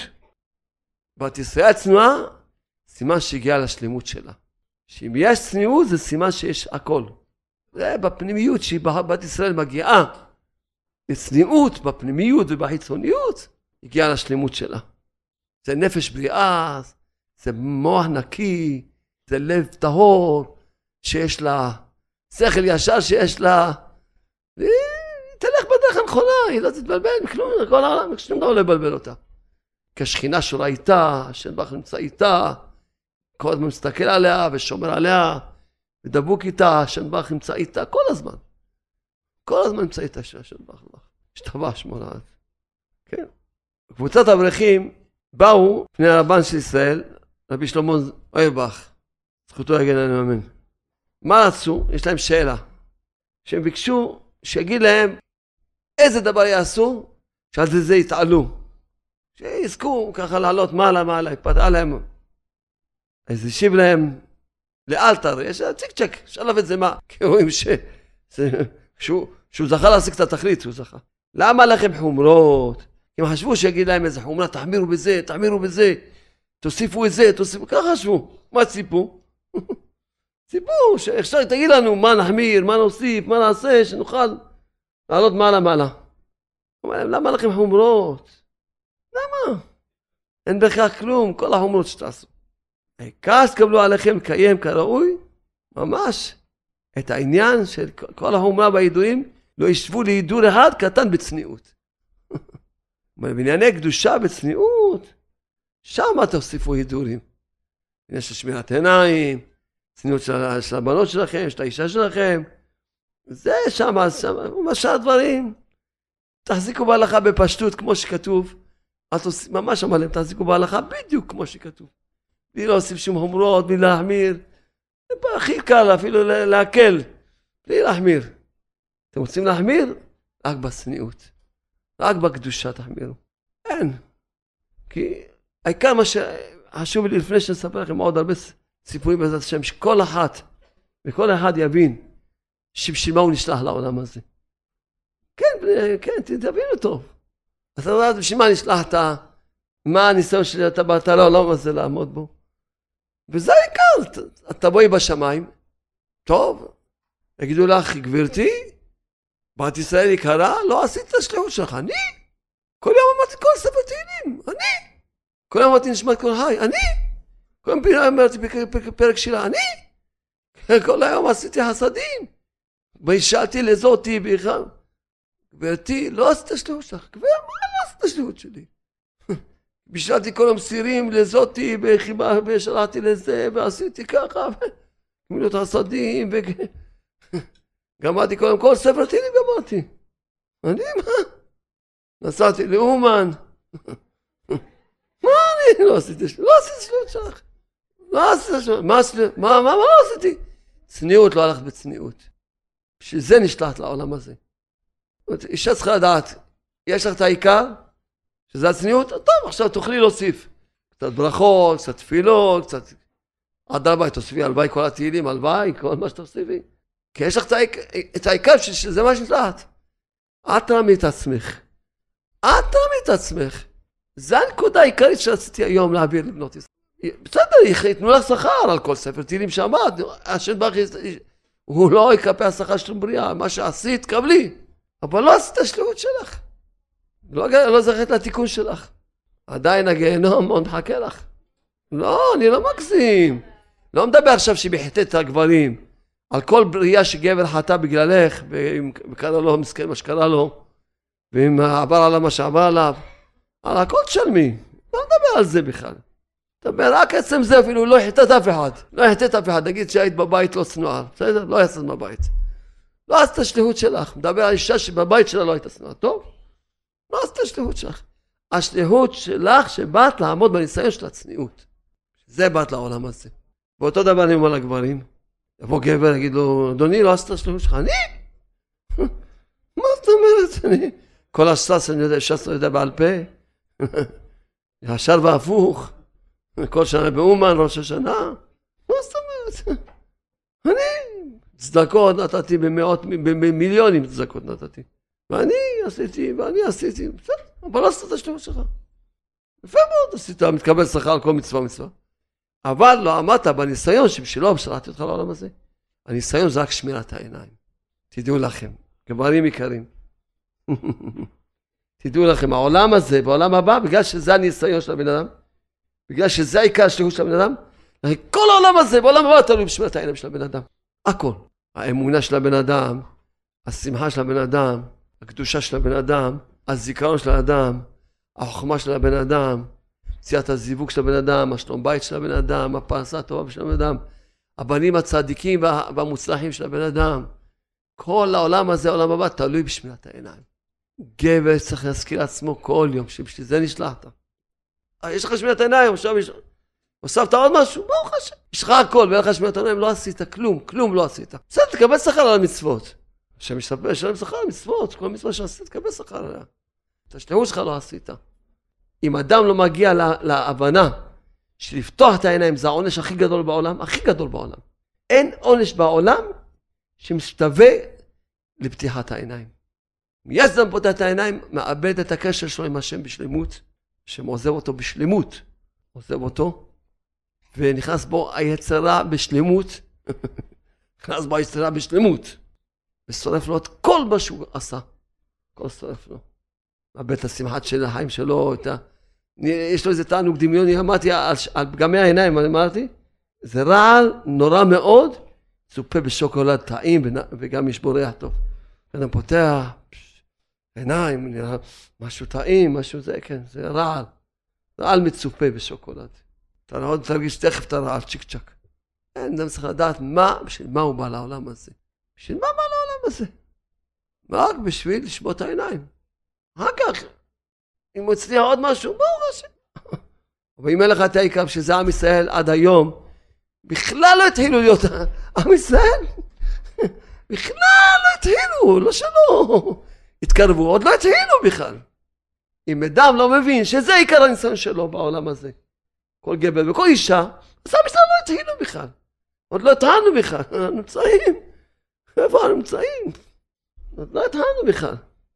בת ישראל צנועה, סימן שהגיעה לשלמות שלה. שאם יש צניעות זה סימן שיש הכל. זה בפנימיות שהיא בת ישראל מגיעה לצניעות, בפנימיות ובחיצוניות, הגיעה לשלמות שלה. זה נפש בריאה, זה מוח נקי, זה לב טהור שיש לה, שכל ישר שיש לה, והיא תלך בדרך הנכונה, היא לא תתבלבל מכלום, כל העולם, שום דבר לא יבלבל אותה. כשכינה שורה איתה, השם ברוך נמצא איתה, כל הזמן מסתכל עליה ושומר עליה, ודבוק איתה, השם ברוך נמצא איתה, כל הזמן. כל הזמן נמצא איתה, השם ברוך השתבח שמו לעד. כן. קבוצת אברכים באו לפני הרבן של ישראל, רבי שלמה אוירבך, זכותו יגן עלינו אמן. מה רצו? יש להם שאלה. שהם ביקשו שיגיד להם איזה דבר יעשו, שעל זה זה יתעלו. שיזכו ככה לעלות מעלה מעלה, יפתעה להם. אז השיב להם לאלתר, יש ציק צ'ק, שלב את זה מה? כי רואים ש... שהוא, שהוא זכה להשיג את התכלית, הוא זכה. למה לכם חומרות? הם חשבו שיגיד להם איזה חומרה, תחמירו בזה, תחמירו בזה, תוסיפו את זה, תוסיפו, ככה חשבו. מה ציפו? ציפו, שעכשיו תגיד לנו מה נחמיר, מה נוסיף, מה נעשה, שנוכל לעלות מעלה מעלה. למה לכם חומרות? למה? אין בכך כלום, כל החומרות שתעשו. העיקר שתקבלו עליכם לקיים כראוי, ממש, את העניין של כל החומרה והידועים, לא ישבו להידור אחד קטן בצניעות. בענייני קדושה בצניעות, שם תוסיפו הידורים. יש שמירת עיניים, צניעות של, של הבנות שלכם, של האישה שלכם, זה שם, שם, משל דברים. תחזיקו בהלכה בפשטות כמו שכתוב, תוסיף, ממש אמר להם, תחזיקו בהלכה בדיוק כמו שכתוב. בלי להוסיף שום חומרות, בלי להחמיר. זה הכי קל אפילו להקל, בלי להחמיר. אתם רוצים להחמיר? רק בצניעות. רק בקדושה תחמירו. אין. כי העיקר מה שחשוב לי לפני שנספר לכם עוד הרבה סיפורים בעזרת השם, שכל אחת וכל אחד יבין שבשביל מה הוא נשלח לעולם הזה. כן, כן, תבינו טוב. אז אתה יודעת בשביל מה נשלחת, מה הניסיון שלי אתה באת לעולם הזה לעמוד בו. וזה העיקר, אתה בואי בשמיים, טוב, יגידו לך, גברתי, בת ישראל יקרה, לא עשית את השליחות שלך, אני? כל יום אמרתי כל ספר תהילים, אני? כל יום אמרתי נשמת כל חי, אני? כל יום אמרתי פרק שירה, אני? כל היום עשיתי חסדים, וישאלתי לזאתי בכלל, גברתי, לא עשית את השליחות שלך, גבר, מה לא עשית את השליחות שלי? בישלתי כל יום סירים לזאתי, בחיבה, ושלחתי לזה, ועשיתי ככה, גמילות חסדים, ו... גמרתי כל יום, כל ספר תהילים גמרתי. אני מה? נסעתי לאומן. מה אני לא עשיתי? לא עשיתי שליחות שלך. לא עשיתי שליחות. מה, מה, מה לא עשיתי? צניעות, לא הלכת בצניעות. בשביל זה נשלחת לעולם הזה. אישה צריכה לדעת, יש לך את העיקר, שזה הצניעות, טוב, עכשיו תוכלי להוסיף. קצת ברכות, קצת תפילות, קצת... עד הלוואי, תוסיפי הלוואי כל התהילים, הלוואי, כל מה שתוסיפי. כי יש לך את העיקר שזה מה שנשלחת. את תרמי את עצמך. את תרמי את עצמך. זה הנקודה העיקרית שרציתי היום להעביר לבנות ישראל. בסדר, יתנו לך שכר על כל ספר תהילים שעמד. השם ברך, הוא לא יקפה השכר של בריאה. מה שעשית, קבלי. אבל לא עשית השליחות שלך. לא, לא זכית לתיקון שלך. עדיין הגיהנום עוד מחכה לך. לא, אני לא מגזים. לא מדבר עכשיו שבחטאת את הגברים. על כל בריאה שגבר חטא בגללך, וקרה לו מסכן מה שקרה לו, ואם עבר עליו מה שעבר עליו, על הכל תשלמי. לא מדבר על זה בכלל. מדבר רק עצם זה, אפילו לא יחטאת אף אחד. לא יחטאת אף אחד. נגיד שהיית בבית לא צנועה. בסדר? לא יצאת בבית. לא עשת השליחות שלך. מדבר על אישה שבבית שלה לא הייתה צנועה. טוב? לא עשת השליחות שלך. השליחות שלך שבאת לעמוד בניסיון של הצניעות. זה באת לעולם הזה. ואותו דבר אני אומר לגברים. יבוא גבר, יגיד לו, אדוני, לא עשת השליחות שלך. אני? מה זאת אומרת? אני... כל הש"ס אני יודע, ש"ס לא יודע בעל פה. ישר והפוך. כל שנה באומן, ראש השנה. מה זאת אומרת? אני צדקות נתתי במאות, במיליונים צדקות נתתי. ואני עשיתי, ואני עשיתי. בסדר, אבל לא עשת את השליחות שלך. יפה מאוד עשית, מתקבל שכר על כל מצווה מצווה. אבל לא עמדת בניסיון שבשלו שלחתי אותך לעולם הזה. הניסיון זה רק שמירת העיניים. תדעו לכם, גברים יקרים. תדעו לכם, העולם הזה, בעולם הבא, בגלל שזה הניסיון של הבן אדם, בגלל שזה העיקר השליחות של הבן אדם, כל העולם הזה, בעולם הבא, תלוי בשמירת העיניים של הבן אדם. הכל. האמונה של הבן אדם, השמחה של הבן אדם, הקדושה של הבן אדם, הזיכרון של האדם, החוכמה של הבן אדם, מציאת הזיווג של הבן אדם, השלום בית של הבן אדם, הפרנסה הטובה של הבן אדם, הבנים הצדיקים והמוצלחים של הבן אדם. כל העולם הזה, העולם הבא, תלוי בשמירת העיניים. גבר צריך להזכיר לעצמו כל יום, שבשביל זה נשלחת. יש לך שמירת העיניים, עכשיו יש... הוספת עוד משהו? ברוך השם. יש לך הכל, ואין לך שמירת העיניים, לא עשית כלום, כלום לא עשית. בסדר, תקבל שכר על המצוות. השם ישלם שכר על המצוות, כל מצווה שעשית, תקבל שכר עליה. את השליחות שלך לא עשית. אם אדם לא מגיע לה, להבנה שלפתוח את העיניים זה העונש הכי גדול בעולם, הכי גדול בעולם. אין עונש בעולם שמשתווה לפתיחת העיניים. יש אדם פותח את העיניים, מאבד את הקשר שלו עם השם בשלמות, השם עוזב אותו בשלמות, עוזב אותו, ונכנס בו היצרה בשלמות, נכנס בו היצרה בשלמות, ושורף לו את כל מה שהוא עשה, כל שורף לו. מאבד את השמחת של החיים שלו, את ה... יש לו איזה תענוג דמיוני, אמרתי על, על פגמי העיניים, אמרתי, זה רעל נורא מאוד, צופה בשוקולד טעים, וגם יש בו ריח טוב. אדם פותח, עיניים, נראה משהו טעים, משהו זה, כן, זה רעל. רעל מצופה בשוקולד. אתה עוד תרגיש תכף את הרעל, צ'יק צ'ק. אין, אדם צריך לדעת מה, בשביל מה הוא בא לעולם הזה. בשביל מה בא לעולם הזה? רק בשביל לשמוע את העיניים. אחר כך, אם הוא הצליח עוד משהו, ברוך השם. אבל אם אין לך את העיקר שזה עם ישראל עד היום, בכלל לא התחילו להיות עם ישראל. בכלל לא התחילו, לא שלא. התקרבו, עוד לא התחילו בכלל. אם אדם לא מבין שזה עיקר הניסיון שלו בעולם הזה. כל גבר וכל אישה, אז עם ישראל לא התחילו בכלל. עוד לא התחלנו בכלל, אנחנו נמצאים. איפה אנחנו נמצאים? עוד לא התחלנו בכלל.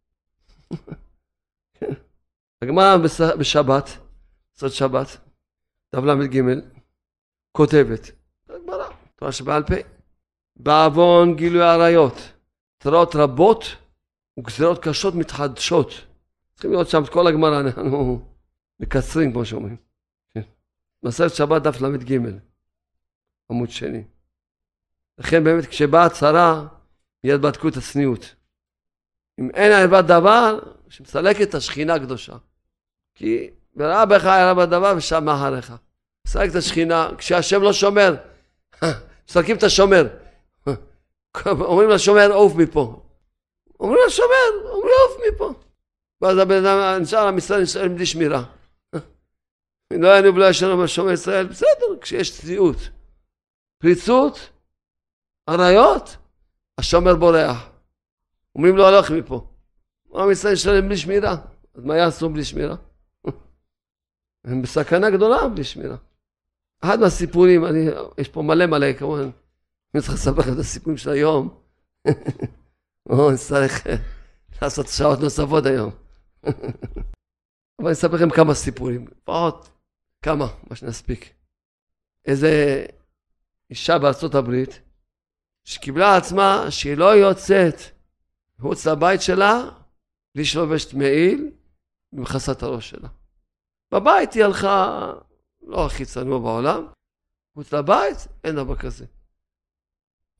הגמרא בשבת, סוד שבת, דף למד ג' כותבת, הגמרא, תורה שבעל פה, בעוון גילוי עריות, תראות רבות וגזירות קשות מתחדשות. צריכים לראות שם את כל הגמרא, אנחנו מקצרים כמו שאומרים. מסכת שבת דף למד ג' עמוד שני. לכן באמת כשבאה צרה, מיד בדקו את הצניעות. אם אין ערבת דבר, שמסלקת את השכינה הקדושה. כי בראה בך ערבת דבר ושם מאחריך. מסלק את השכינה, כשהשם לא שומר, מסלקים את השומר. אומרים לשומר, עוף מפה. אומרים לשומר, אומרים עוף מפה. ואז הבן אדם נשאר, עם ישראל נשאר בלי שמירה. אם לא היינו בלי השם שומר ישראל, בסדר, כשיש צניעות. פריצות, עריות, השומר בורח. אומרים לו, הלך מפה. עם ישראל נשאר בלי שמירה. אז מה יעשו בלי שמירה? הם בסכנה גדולה בלי שמירה. אחד מהסיפורים, אני, יש פה מלא מלא, כמובן, אני צריך לספר לכם את הסיפורים של היום. או, אני צריך לעשות שעות נוספות היום. אבל אני אספר לכם כמה סיפורים, פחות כמה, מה שנספיק. איזה אישה בארצות הברית, שקיבלה עצמה שהיא לא יוצאת מחוץ לבית שלה, בלי שלובשת מעיל, ומכסה את הראש שלה. בבית היא הלכה, לא הכי צנוע בעולם, מחוץ לבית, אין דבר כזה.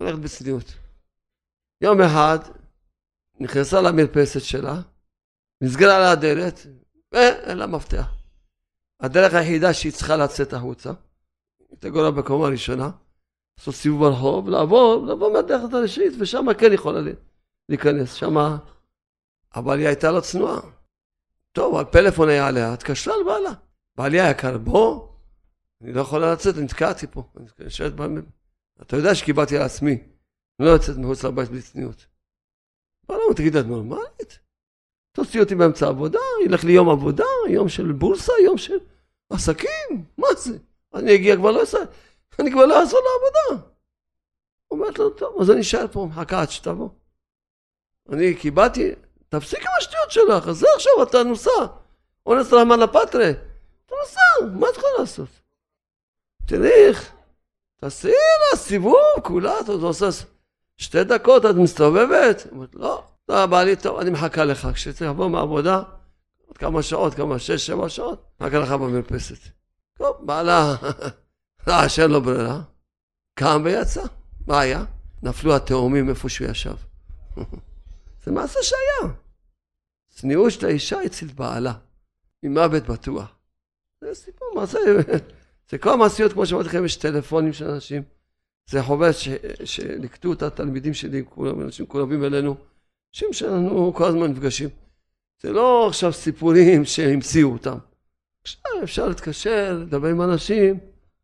הולכת בצניעות. יום אחד נכנסה למרפסת שלה, נסגרה לה הדלת, ואין לה מפתח. הדרך היחידה שהיא צריכה לצאת החוצה, היא תגורה בקומה הראשונה, לעשות סיבוב ברחוב, לעבור, לעבור מהדרך הראשית, ושם כן יכולה להיכנס, שם, אבל היא הייתה לא צנועה. טוב, הפלאפון היה עליה, התקשרה לבעלה. בעלי היקר, בוא, אני לא יכולה לצאת, אני נתקעתי פה. אתה יודע שקיבלתי על עצמי, אני לא יוצאת מחוץ לבית בלי צניעות. בעלה, תגיד, את נורמלית? תוציא אותי באמצע עבודה, ילך לי יום עבודה, יום של בורסה, יום של עסקים, מה זה? אני אגיע כבר לא אעשה, אני כבר לא אעשה לעבודה. אומרת לו, טוב, אז אני אשאר פה, מחכה עד שתבוא. אני קיבלתי, תפסיק עם השטויות שלך, אז זה עכשיו אתה נוסע. אונס רחמן לפטרה. אתה נוסע, מה צריך לעשות? תריך, תעשי לה סיבוב, כולה, אתה עושה שתי דקות, את מסתובבת? אומרת, לא. אתה בא לי, טוב, אני מחכה לך, כשאתה יבוא מהעבודה, עוד כמה שעות, כמה שש, שבע שעות, מחכה לך במרפסת. טוב, בעלה, ראה שאין לו ברירה, קם ויצא. מה היה? נפלו התאומים איפה שהוא ישב. זה מעשה שהיה. צניעות של האישה הציל בעלה, עם מוות בטוח. זה סיפור, מעשה, זה כל המעשיות, כמו שאמרתי לכם, יש טלפונים של אנשים, זה חובץ שלקטו את התלמידים שלי, אנשים קרובים אלינו, אנשים שלנו כל הזמן נפגשים. זה לא עכשיו סיפורים שהמציאו אותם. עכשיו אפשר להתקשר, לדבר עם אנשים,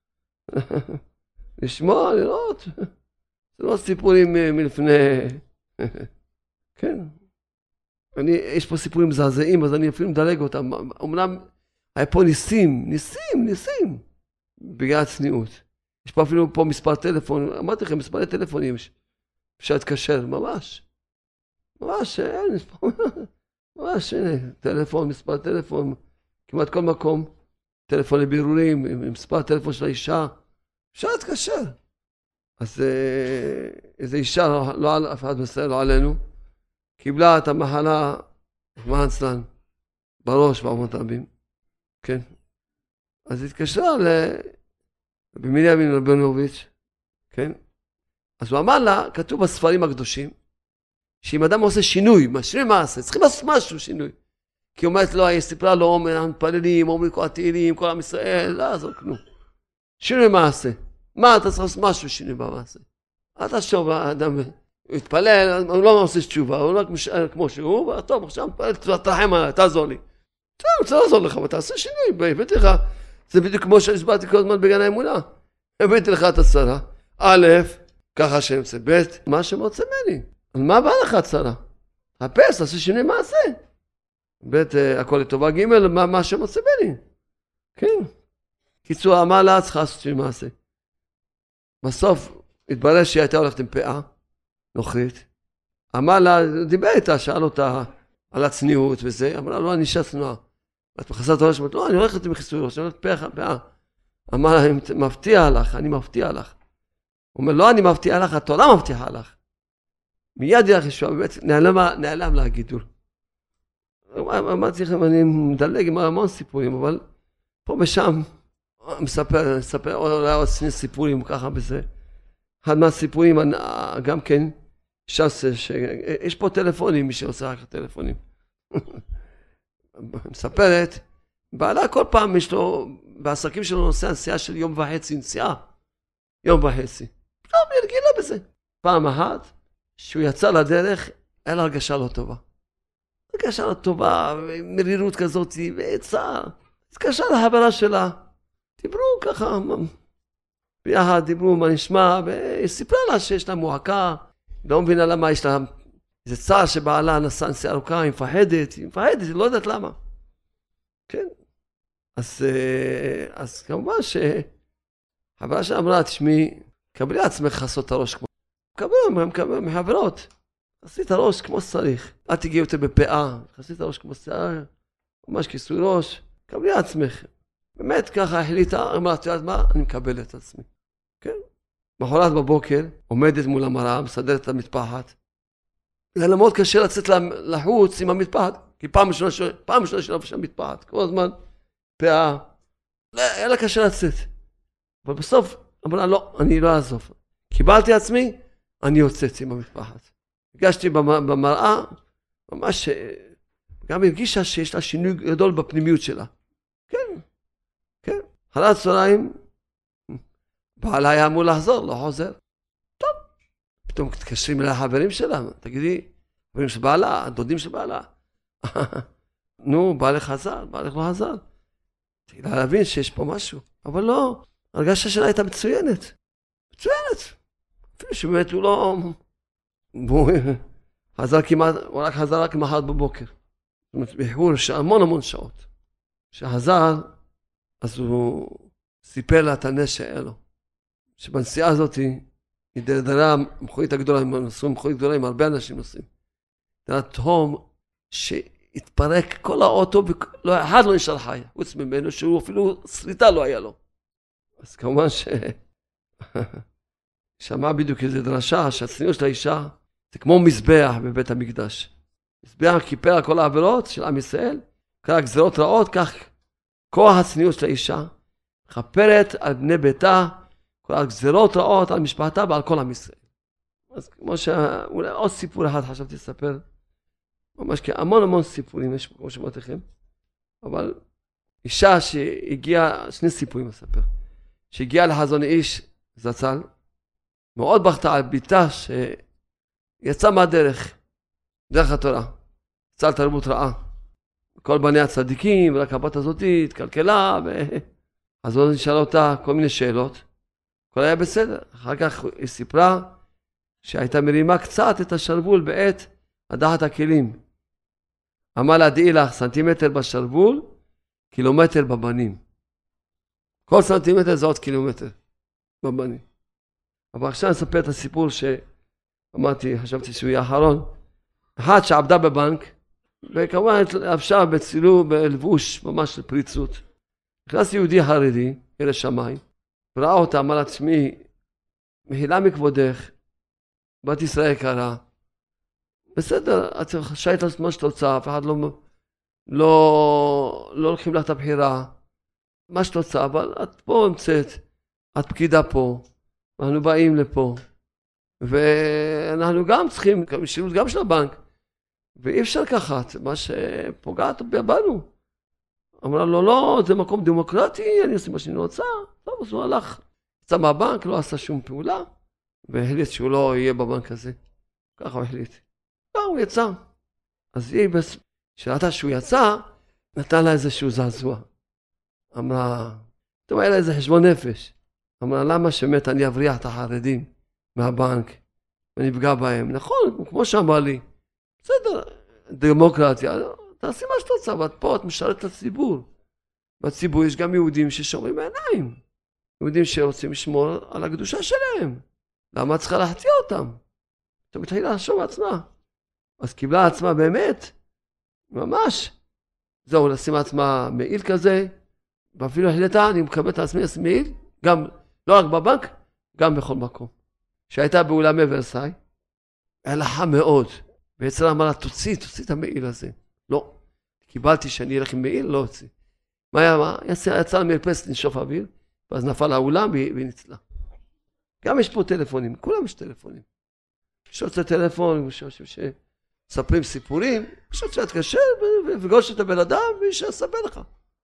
לשמוע, לראות. זה לא סיפורים מלפני... כן. אני, יש פה סיפורים מזעזעים, אז אני אפילו מדלג אותם. אמנם היה פה ניסים, ניסים, ניסים, בגלל הצניעות. יש פה אפילו פה מספר טלפון, אמרתי לכם, מספרי טלפונים, אפשר להתקשר, ממש. ממש, אין, ממש, הנה, טלפון, מספר טלפון, כמעט כל מקום, טלפון לבירורים, מספר טלפון של האישה, אפשר להתקשר. אז איזו אישה, לא על אף אחד בסדר, לא עלינו, קיבלה את המחלה, מאנסלן, בראש בעמות רבים, כן. אז התקשרה לבנימין רבינוביץ', כן. אז הוא אמר לה, כתוב בספרים הקדושים, שאם אדם עושה שינוי, שינוי מעשה, צריכים לעשות משהו שינוי. כי היא אומרת לו, היא סיפרה לו, אנחנו מתפללים, אומרים כל התהילים, כל עם ישראל, לא יעזור כלום. שינוי מעשה. מה אתה צריך לעשות משהו שינוי במעשה? אל תחשוב, האדם מתפלל, הוא לא עושה תשובה, הוא לא כמו שהוא, וטוב, עכשיו מתפלל, תרחם עליי, תעזור לי. אני רוצה לעזור לך, אבל תעשה שינוי, הבאתי לך, זה בדיוק כמו שהסברתי כל הזמן בגן האמונה. הבאתי לך את הצרה, א', ככה שאני רוצה, ב', מה שמוצא ממני. על מה בא לך הצרה? הפס, עושה שינוי מעשה. ב', הכל לטובה, ג', מה, מה שמוצא ממני. כן. קיצור, אמר לה, צריכה לעשות שינוי מעשה. בסוף, התברר שהיא הייתה הולכת עם פאה, נוכרית. אמר לה, דיבר איתה, שאל אותה על הצניעות וזה, אמרה לה, לא, אני אישה צנועה. את מכסה את הראש, אמרת, לא, אני הולכת עם חיסוי ראש, אני הולכת פאה, פאה. אמר לה, אני מבטיח לך, אני מבטיח לך. הוא אומר, לא, אני מבטיח לך, התורה מבטיחה לך. מיד ילך ישוע, באמת נעלם, נעלם לה הגידול. אמרתי לכם, אני מדלג עם המון סיפורים, אבל פה ושם, מספר, מספר, אולי עוד שני סיפורים ככה בזה. אחד מהסיפורים, גם כן, שס, יש פה טלפונים, מי שעושה רק טלפונים. מספרת, בעלה כל פעם יש לו, בעסקים שלו נוסע נסיעה של יום וחצי, נסיעה, יום וחצי. פתאום היא הרגילה בזה. פעם אחת, שהוא יצא לדרך, היה לה הרגשה לא טובה. הרגשה לא טובה, מרירות כזאת, וצער. התקשרה לחברה שלה, דיברו ככה, ביחד דיברו מה נשמע, והיא סיפרה לה שיש לה מועקה, לא מבינה למה יש לה איזה צער שבעלה נסע נסיעה ארוכה, היא מפחדת, היא מפחדת, היא לא יודעת למה. כן. אז, אז כמובן שחברה שלה אמרה, תשמעי, קבלי עצמך לעשות את הראש כמו, קבלי מחברות, עשי את הראש כמו שצריך, אל תגיעי יותר בפאה, עשי את הראש כמו שצריך, ממש כיסוי ראש, קבלי עצמך. באמת ככה החליטה, אמרה, את יודעת מה? אני מקבל את עצמי. כן? מחרת בבוקר, עומדת מול המראה, מסדרת את המטפחת. זה היה מאוד קשה לצאת לחוץ עם המטפחת, כי פעם ראשונה, פעם ראשונה שלא שם מטפחת, כל הזמן, פאה. היה לה קשה לצאת. אבל בסוף, אמרה, לא, אני לא אעזוב. קיבלתי עצמי, אני יוצץ עם המטפחת. הגשתי במראה, ממש, גם הרגישה שיש לה שינוי גדול בפנימיות שלה. כן, כן. אחרי הצהריים, בעלה היה אמור לחזור, לא חוזר. טוב. פתאום מתקשרים אליי החברים שלה, תגידי, חברים של בעלה, הדודים של בעלה. נו, בעלך חזר, בעלך לא חזר. תגידה להבין שיש פה משהו. אבל לא, הרגשה שלה הייתה מצוינת. מצוינת. אפילו שבאמת הוא לא... הוא חזר כמעט, הוא רק חזר רק מחר בבוקר. זאת אומרת, באיחור המון המון שעות. כשחזר, אז הוא סיפר לה את הנס שהיה לו. שבנסיעה הזאת היא דרדרה המכונית הגדולה, הם נוסעים מכונית גדולה, עם הרבה אנשים נוסעים. דרדרה תהום שהתפרק כל האוטו, ואחד לא נשאר חי, חוץ ממנו שהוא אפילו שריטה לא היה לו. אז כמובן ש... שמע בדיוק איזו דרשה שהצניעות של האישה זה כמו מזבח בבית המקדש. מזבח כיפר על כל העבירות של עם ישראל, כל גזרות רעות, כך כוח הצניעות של האישה מכפרת על בני ביתה, כל הגזרות רעות על משפחתה ועל כל עם ישראל. אז כמו שאולי עוד סיפור אחד חשבתי לספר, ממש כהמון המון סיפורים יש פה כמו שמעתי לכם, אבל אישה שהגיעה, שני סיפורים לספר, שהגיעה לחזון איש זצ"ל, מאוד בכתה על ביתה שיצאה מהדרך, דרך התורה, יצאה לתרבות רעה. כל בני הצדיקים, רק הבת הזאת התקלקלה, ו... אז הוא נשאלה אותה כל מיני שאלות, הכל היה בסדר. אחר כך היא סיפרה שהייתה מרימה קצת את השרוול בעת הדחת הכלים. אמר לה, דעי לך, סנטימטר בשרוול, קילומטר בבנים. כל סנטימטר זה עוד קילומטר בבנים. אבל עכשיו אני אספר את הסיפור שאמרתי, חשבתי שהוא יהיה האחרון. אחת שעבדה בבנק, וכמובן אפשר בצילום, בלבוש ממש של פריצות. נכנס יהודי חרדי, אל השמיים, וראה אותה, אמר לעצמי, מחילה מכבודך, בת ישראל יקרה, בסדר, את צריכה שייט לעשות מה שאת רוצה, אף אחד לא, לא, לא לוקחים לך את הבחירה, מה שאת רוצה, אבל את פה המצאת, את פקידה פה, אנחנו באים לפה, ואנחנו גם צריכים, שירות גם של הבנק, ואי אפשר לקחת, מה שפוגעת בנו. אמרה לו, לא, זה מקום דמוקרטי, אני עושה מה שאני רוצה. טוב, אז הוא הלך, יצא מהבנק, לא עשה שום פעולה, והחליט שהוא לא יהיה בבנק הזה. ככה הוא החליט. לא, הוא יצא. אז היא, כשראתה שהוא יצא, נתן לה איזשהו זעזוע. אמרה, טוב, היה לה איזה חשבון נפש. אמרה, למה שמת אני אבריח את החרדים מהבנק, ואני אפגע בהם? נכון, כמו שאמר לי, בסדר, דמוקרטיה, תעשי מה שאתה רוצה, ואת פה, את משרת את הציבור. בציבור יש גם יהודים ששומרים בעיניים. יהודים שרוצים לשמור על הקדושה שלהם. למה את צריכה להחטיא אותם? אתה מתחילה לחשוב עצמה. אז קיבלה עצמה באמת, ממש. זהו, לשים עצמה מעיל כזה, ואפילו החליטה, אני מקבל את עצמי לשים מעיל, גם, לא רק בבנק, גם בכל מקום. שהייתה באולמי ורסאי, היה לה חם מאוד. ויצרה אמרה לה, תוציא, תוציא את המעיל הזה. לא. קיבלתי שאני אלך עם מעיל, לא הוציא. מה היה, מה? יצא, יצא למרפסת לנשוף אוויר, ואז נפל האולם והיא ניצלה. גם יש פה טלפונים, כולם יש טלפונים. יש רוצה טלפון, שספרים סיפורים, יש רוצה להתקשר ופגוש את הבן אדם ושיספר לך.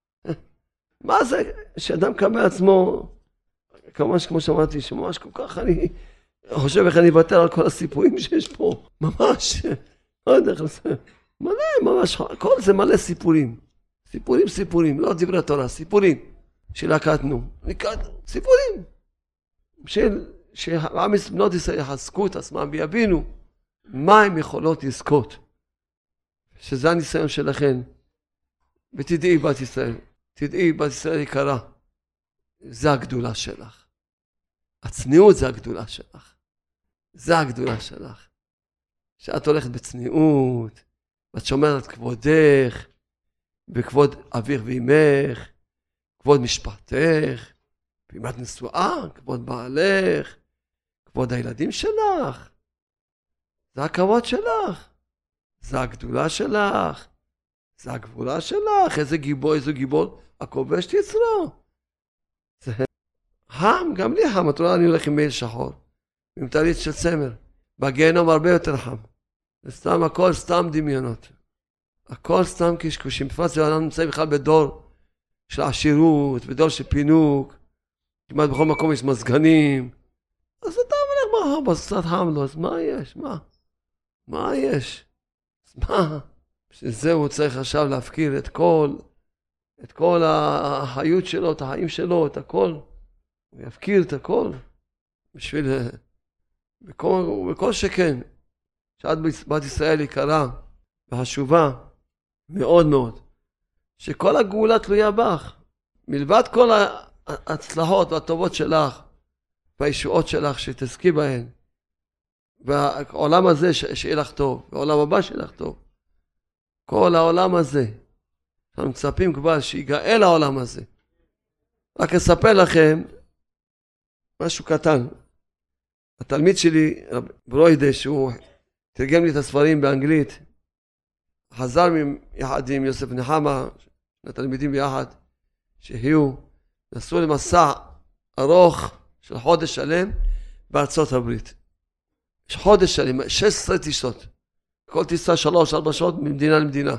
מה זה? שאדם קם מעצמו, ממש כמו שאמרתי, שממש כל כך אני חושב איך אני אוותר על כל הסיפורים שיש פה. ממש, לא יודע איך לספר. מלא, ממש, כל זה מלא סיפורים. סיפורים, סיפורים, לא דברי תורה, סיפורים שלקטנו. סיפורים. של, שעם בנות ישראל יחזקו את עצמם ויבינו מה הם יכולות לזכות. שזה הניסיון שלכם. ותדעי בת ישראל, תדעי בת ישראל יקרה. זה הגדולה שלך. הצניעות זה הגדולה שלך. זה הגדולה שלך. שאת הולכת בצניעות, ואת שומרת כבודך, בכבוד אביך ואימך, כבוד משפחתך, ואם את נשואה, כבוד בעלך, כבוד הילדים שלך. זה הכבוד שלך. זה הגדולה שלך. זה הגבולה שלך. איזה גיבור, איזה גיבור, הכובש תצרו. זה חם, גם לי חם, את רואה, אני הולך עם מעיל שחור, עם טלית של צמר. בגיהנום הרבה יותר חם. זה סתם, הכל סתם דמיונות. הכל סתם קשקושים. בפרט שאנחנו נמצאים בכלל בדור של עשירות, בדור של פינוק, כמעט בכל מקום יש מזגנים. אז אתה אומר, מה, בסת חם לו, אז מה יש? מה? מה יש? אז מה? בשביל זה הוא צריך עכשיו להפקיר את כל, את כל החיות שלו, את החיים שלו, את הכל. הוא יפקיר את הכל. בשביל, בכל, בכל שכן, שעד בת ישראל יקרה וחשובה מאוד מאוד, שכל הגאולה תלויה בך, מלבד כל ההצלחות והטובות שלך והישועות שלך שתזכי בהן, והעולם הזה שיהיה לך טוב, והעולם הבא שיהיה לך טוב, כל העולם הזה אנחנו מצפים כבר שיגאל העולם הזה. רק אספר לכם משהו קטן. התלמיד שלי, ברוידה, שהוא תרגם לי את הספרים באנגלית, חזר יחד עם יוסף נחמה, התלמידים ביחד, שהיו, נסעו למסע ארוך של חודש שלם בארצות הברית. יש חודש שלם, שש עשרה טיסות. כל טיסה שלוש, ארבע שעות ממדינה למדינה.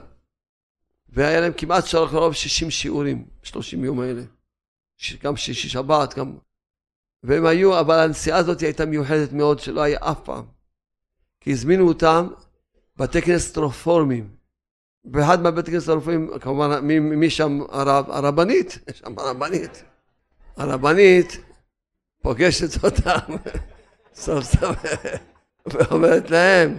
והיה להם כמעט שלוש, קרוב שישים שיעורים, שלושים יום האלה. גם שישי שבת, גם... והם היו, אבל הנסיעה הזאת הייתה מיוחדת מאוד, שלא היה אף פעם. כי הזמינו אותם בתי כנסת רפורמים. באחד מהבתי כנסת הרפורמים, כמובן, מי, מי שם הרב, הרבנית? יש שם הרבנית. הרבנית פוגשת אותם, סוף סוף, ואומרת להם,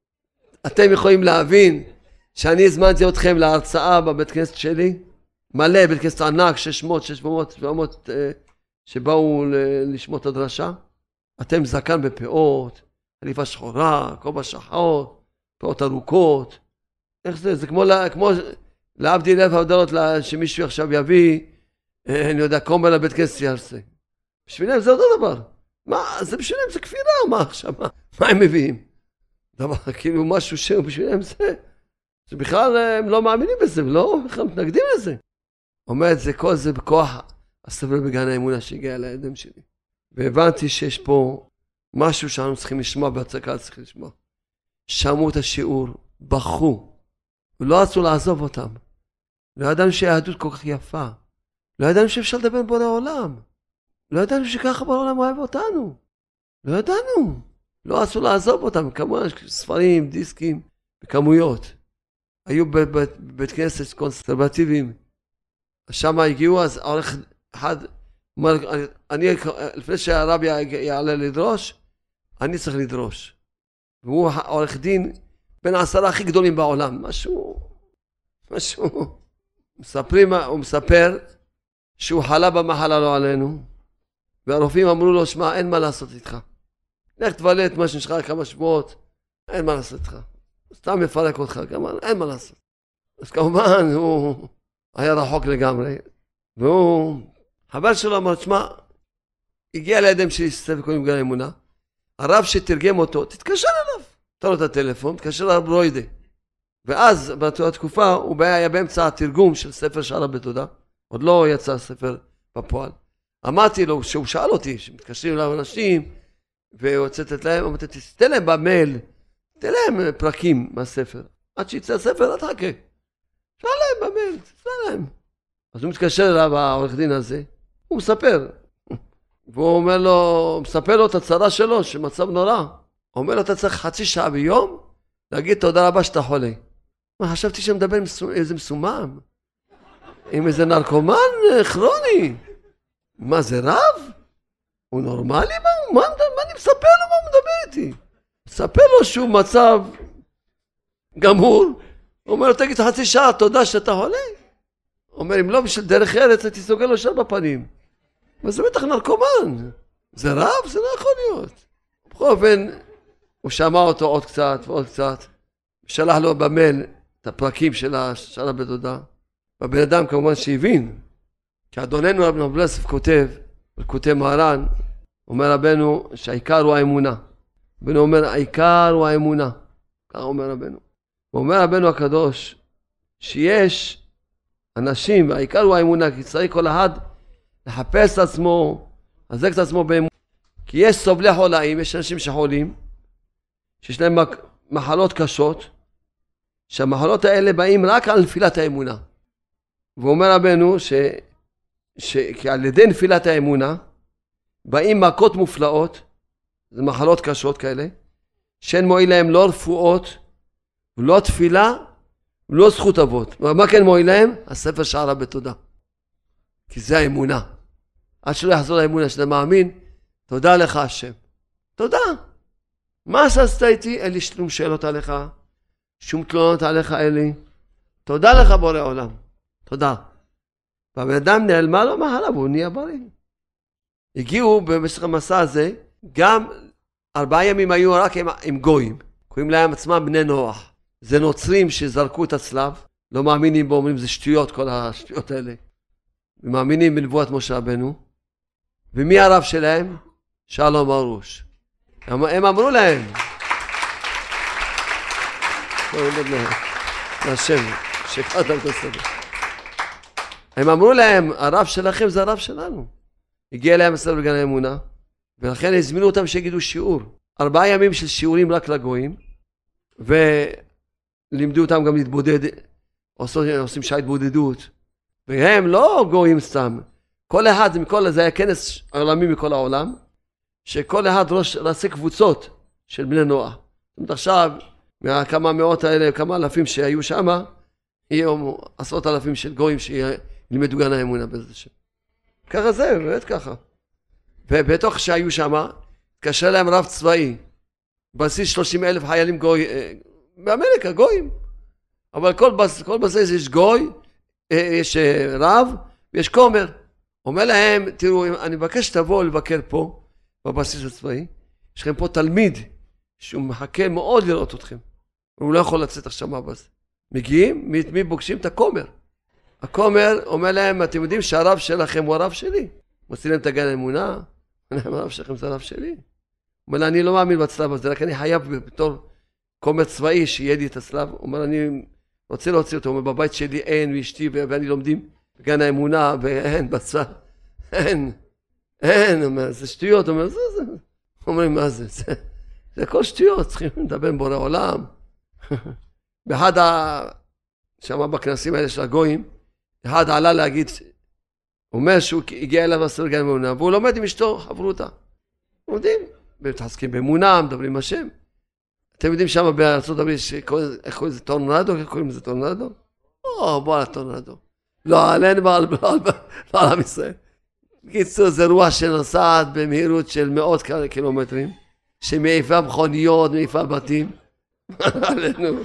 אתם יכולים להבין שאני הזמנתי אתכם להרצאה בבית כנסת שלי? מלא, בית כנסת ענק, שש מאות, שש מאות, שבע מאות, שבאו לשמוע את הדרשה. אתם זקן בפאות, חליפה שחורה, כובע שחור, פאות ארוכות. איך זה? זה כמו, כמו להבדיל אלף הבדלות שמישהו עכשיו יביא, אני יודע, קומר לבית כנסת ירצה. בשבילם זה אותו דבר. מה? זה בשבילם זה כפירה, מה עכשיו? מה, מה הם מביאים? דבר, כאילו משהו שהוא בשבילם זה, זה בכלל הם לא מאמינים בזה, לא בכלל מתנגדים לזה. אומרת, זה כל זה בכוח הסבל בגן האמונה שהגיע לידם שלי. והבנתי שיש פה משהו שאנחנו צריכים לשמוע, בהצקה צריכים לשמוע. שמעו את השיעור, בכו, ולא רצו לעזוב אותם. לא ידענו שהיהדות כל כך יפה. לא ידענו שאפשר לדבר בו לעולם. לא ידענו שככה בעולם אוהב אותנו. לא ידענו. לא רצו לעזוב אותם. כמובן, ספרים, דיסקים, בכמויות. היו בבית כנסת קונסרבטיביים. שם הגיעו, אז עורך אחד אומר, אני, לפני שהרבי יעלה לדרוש, אני צריך לדרוש. והוא עורך דין בין העשרה הכי גדולים בעולם. משהו, משהו. מספרים, הוא מספר שהוא חלה במחלה לא עלינו, והרופאים אמרו לו, שמע, אין מה לעשות איתך. לך תבלה את מה שנשאר כמה שבועות, אין מה לעשות איתך. סתם יפרק אותך, כמה, אין מה לעשות. אז כמובן, הוא היה רחוק לגמרי, והוא, חבר שלו אמר, שמע, הגיע לידם שלי ספר קוראים גן האמונה, הרב שתרגם אותו, תתקשר אליו. תן לו את הטלפון, תתקשר אליו ברוידה. ואז, באותה תקופה, הוא היה באמצע התרגום של ספר שערה בתודה. עוד לא יצא ספר בפועל. אמרתי לו, שהוא שאל אותי, שמתקשרים אליו אנשים, והוצאת את להם, אמרתי, תתן להם במייל, תתן להם פרקים מהספר. עד שיצא הספר, אל תחכה. שאל להם במייל, תתן להם. אז הוא מתקשר אליו, העורך דין הזה, הוא מספר. והוא אומר לו, הוא מספר לו את הצרה שלו, שמצב נורא. הוא אומר לו, אתה צריך חצי שעה ביום, להגיד תודה רבה שאתה חולה. מה, חשבתי שמדבר עם איזה מסומם. עם איזה נרקומן כרוני. מה, זה רב? הוא נורמלי? מה, מה, מה אני מספר לו? מה הוא מדבר איתי? מספר לו שהוא מצב גמור. הוא אומר לו, תגיד חצי שעה, תודה שאתה חולה. הוא אומר, אם לא בשביל דרך ארץ, הייתי סוגר לו שם בפנים. אבל זה בטח נרקומן. זה רב? זה לא יכול להיות. בכל אופן, הוא שמע אותו עוד קצת ועוד קצת. שלח לו במייל את הפרקים של השערה בתודה. והבן אדם כמובן שהבין. כי אדוננו רבי נחמן ברסלב כותב, כותב מהר"ן, אומר רבנו שהעיקר הוא האמונה. רבנו אומר, העיקר הוא האמונה. ככה אומר רבנו. הוא אומר רבנו הקדוש, שיש אנשים, והעיקר הוא האמונה, כי צריך כל אחד לחפש את עצמו, לחזק את עצמו באמונה. כי יש סובלי חולאים, יש אנשים שחולים, שיש להם מחלות קשות, שהמחלות האלה באים רק על נפילת האמונה. ואומר רבנו ש... שעל ידי נפילת האמונה, באים מכות מופלאות, זה מחלות קשות כאלה, שאין מועיל להם לא רפואות, לא תפילה, לא זכות אבות. מה כן מועיל להם? הספר שערה בתודה. כי זה האמונה. עד שלא יחזור לאמונה שאתה מאמין, תודה לך השם. תודה. מה עשית איתי? אין לי שום שאלות עליך, שום תלונות עליך אלי. תודה לך בורא עולם. תודה. והבן אדם נעלמה לו מהלה והוא נהיה בריא. הגיעו במשך המסע הזה, גם ארבעה ימים היו רק עם, עם גויים. קוראים להם עצמם בני נוח. זה נוצרים שזרקו את הצלב, לא מאמינים בו, אומרים זה שטויות, כל השטויות האלה. ומאמינים בנבואת משה רבנו. ומי הרב שלהם? שלום ארוש. הם, הם אמרו להם. להשם, שקעתם תסדר. הם אמרו להם, הרב שלכם זה הרב שלנו. הגיע אליהם הסדר בגן האמונה, ולכן הזמינו אותם שיגידו שיעור. ארבעה ימים של שיעורים רק לגויים, ולימדו אותם גם להתבודד, עושים, עושים שעה התבודדות. והם לא גויים סתם. כל אחד, מכל, זה היה כנס עולמי מכל העולם, שכל אחד ראש, רצה קבוצות של בני נוח. זאת אומרת עכשיו, מהכמה מאות האלה, כמה אלפים שהיו שם, יהיו עשרות אלפים של גויים שילמדו גן האמונה בזה שם. ככה זה, באמת ככה. ובתוך שהיו שם, התקשר להם רב צבאי, בסיס שלושים אלף חיילים גוי, באמריקה, גויים. אבל כל, בס, כל בסיס יש גוי, יש רב ויש כומר. אומר להם, תראו, אני מבקש שתבואו לבקר פה, בבסיס הצבאי, יש לכם פה תלמיד, שהוא מחכה מאוד לראות אתכם. הוא לא יכול לצאת עכשיו מהבסיס. מגיעים, מי, מי פוגשים? את הכומר. הכומר אומר להם, אתם יודעים שהרב שלכם הוא הרב שלי. מוצאים להם את הגן האמונה, הרב שלכם זה הרב שלי. הוא אומר לה, אני לא מאמין בצלב הזה, רק אני חייב בתור כומר צבאי שיהיה לי את הצלב. הוא אומר, אני רוצה להוציא אותו, הוא אומר, בבית שלי אין, ואשתי ואני לומדים בגן האמונה, ואין בצלב, אין, אין, אומר, זה שטויות, הוא אומר, זה, זה. אומרים, מה זה? זה, זה הכל שטויות, צריכים לדבר עם בורא עולם. באחד ה... שם בכנסים האלה של הגויים, אחד עלה להגיד, הוא אומר שהוא הגיע אליו הסדר גן האמונה, והוא לומד עם אשתו חברותה. לומדים, מתעסקים באמונה, מדברים עם השם. אתם יודעים שם בארצות הברית, איך קוראים לזה טורנדו? איך קוראים לזה טורנדו? או, בוא על הטורנדו. לא עלינו, לא על עם ישראל. בקיצור, זה רוח שנוסעת במהירות של מאות קילומטרים, שמעיפה מכוניות, מעיפה בתים. עלינו.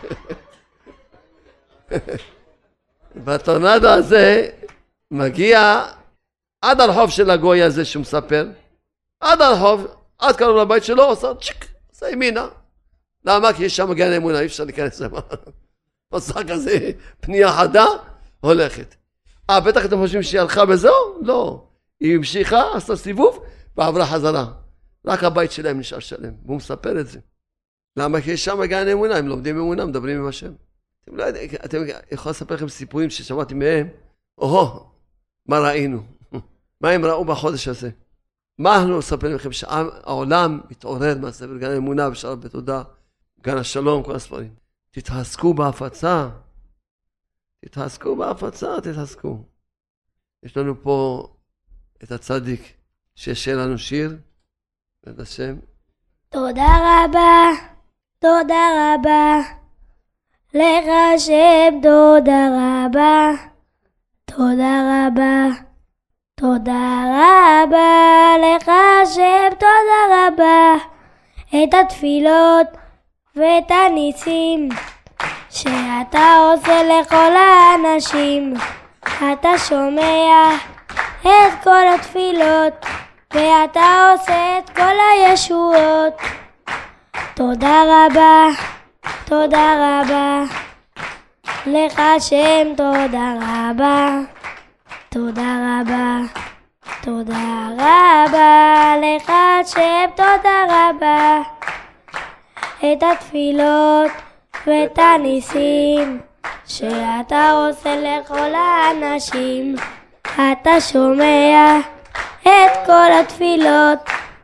והטורנדו הזה מגיע עד הרחוב של הגוי הזה שהוא מספר, עד הרחוב, עד קרוב לבית שלו, עושה צ'יק, עושה ימינה. למה? כי יש שם גן האמונה, אי אפשר להיכנס למה. עושה כזה פנייה חדה, הולכת. אה, בטח אתם חושבים שהיא הלכה בזהו? לא. היא המשיכה, עשתה סיבוב, ועברה חזרה. רק הבית שלהם נשאר שלם, והוא מספר את זה. למה? כי יש שם גן האמונה, הם לומדים אמונה, מדברים עם השם. אתם לא יודעים, אתם יכולים לספר לכם סיפורים ששמעתי מהם, או, מה ראינו? מה הם ראו בחודש הזה? מה אנחנו נספר לכם? שהעולם מתעורר מהספר גן האמונה ושאר בתודה, גן השלום, כל הספרים. תתעסקו בהפצה. תתעסקו בהפצה, תתעסקו. יש לנו פה את הצדיק שישאר לנו שיר, את השם. תודה רבה, תודה רבה, לך השם תודה רבה, תודה רבה, תודה רבה, לך השם תודה רבה, את התפילות ואת הניסים שאתה עושה לכל האנשים, אתה שומע את כל התפילות ואתה עושה את כל הישועות. תודה רבה, תודה רבה, לך השם תודה רבה, תודה רבה, תודה רבה, לך השם תודה רבה, את התפילות ואת הניסים שאתה עושה לכל האנשים, אתה שומע את כל התפילות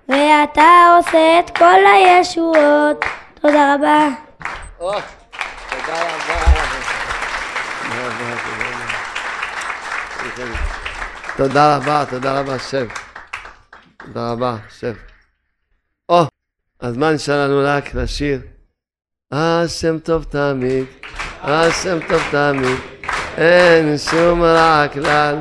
ואתה עושה את כל הישועות. תודה רבה. תודה רבה. תודה רבה, תודה רבה, שב. תודה רבה, שב. או, הזמן שלנו רק לשיר. השם טוב תמיד, השם טוב תמיד, אין שום רע כלל.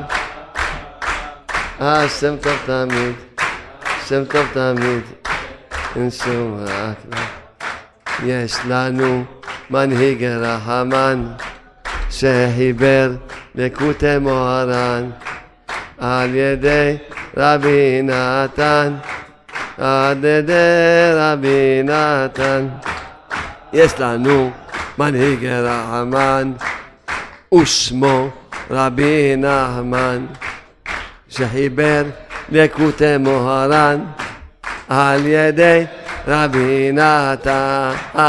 השם טוב תמיד, השם טוב תמיד, אין שום רע כלל. יש לנו מנהיג רחמן, שחיבר לקוטי מוהר"ן, על ידי רבי נתן, על ידי רבי נתן. יש לנו מנהיג רחמן, ושמו רבי נחמן, שחיבר לקוטי מוהר"ן, על ידי רבי נתן.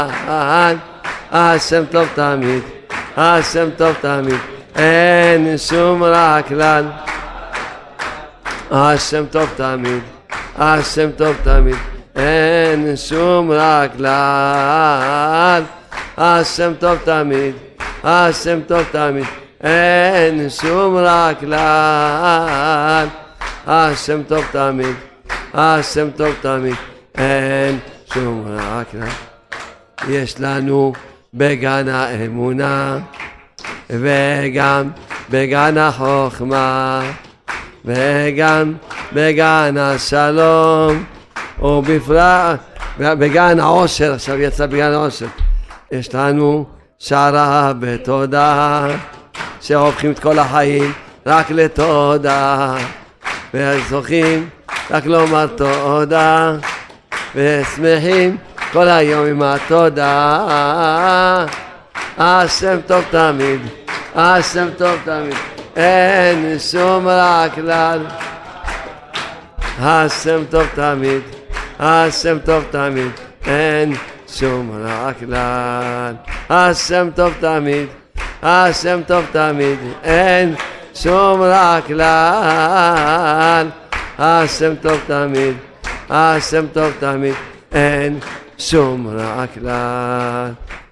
השם טוב תמיד, השם טוב תמיד, אין שום רע כלל. השם טוב תמיד, השם טוב תמיד, אין שום רע כלל. השם טוב תמיד, השם טוב תמיד, אין שום רע כלל. השם טוב תמיד, השם טוב תמיד, אין שום רע כלל. יש לנו בגן האמונה וגם בגן החוכמה וגם בגן השלום ובפרט בגן העושר. עכשיו יצא בגן העושר. יש לנו שערה בתודה שהופכים את כל החיים רק לתודה, וזוכים רק לומר תודה, ושמחים כל היום עם התודה. השם טוב תמיד, השם טוב תמיד, אין שום רע כלל. השם טוב תמיד, השם טוב תמיד, אין שום רע כלל. השם טוב תמיד, השם טוב תמיד, אין שום רע כלל. השם טוב תמיד, השם טוב תמיד, אין שום רע כלל.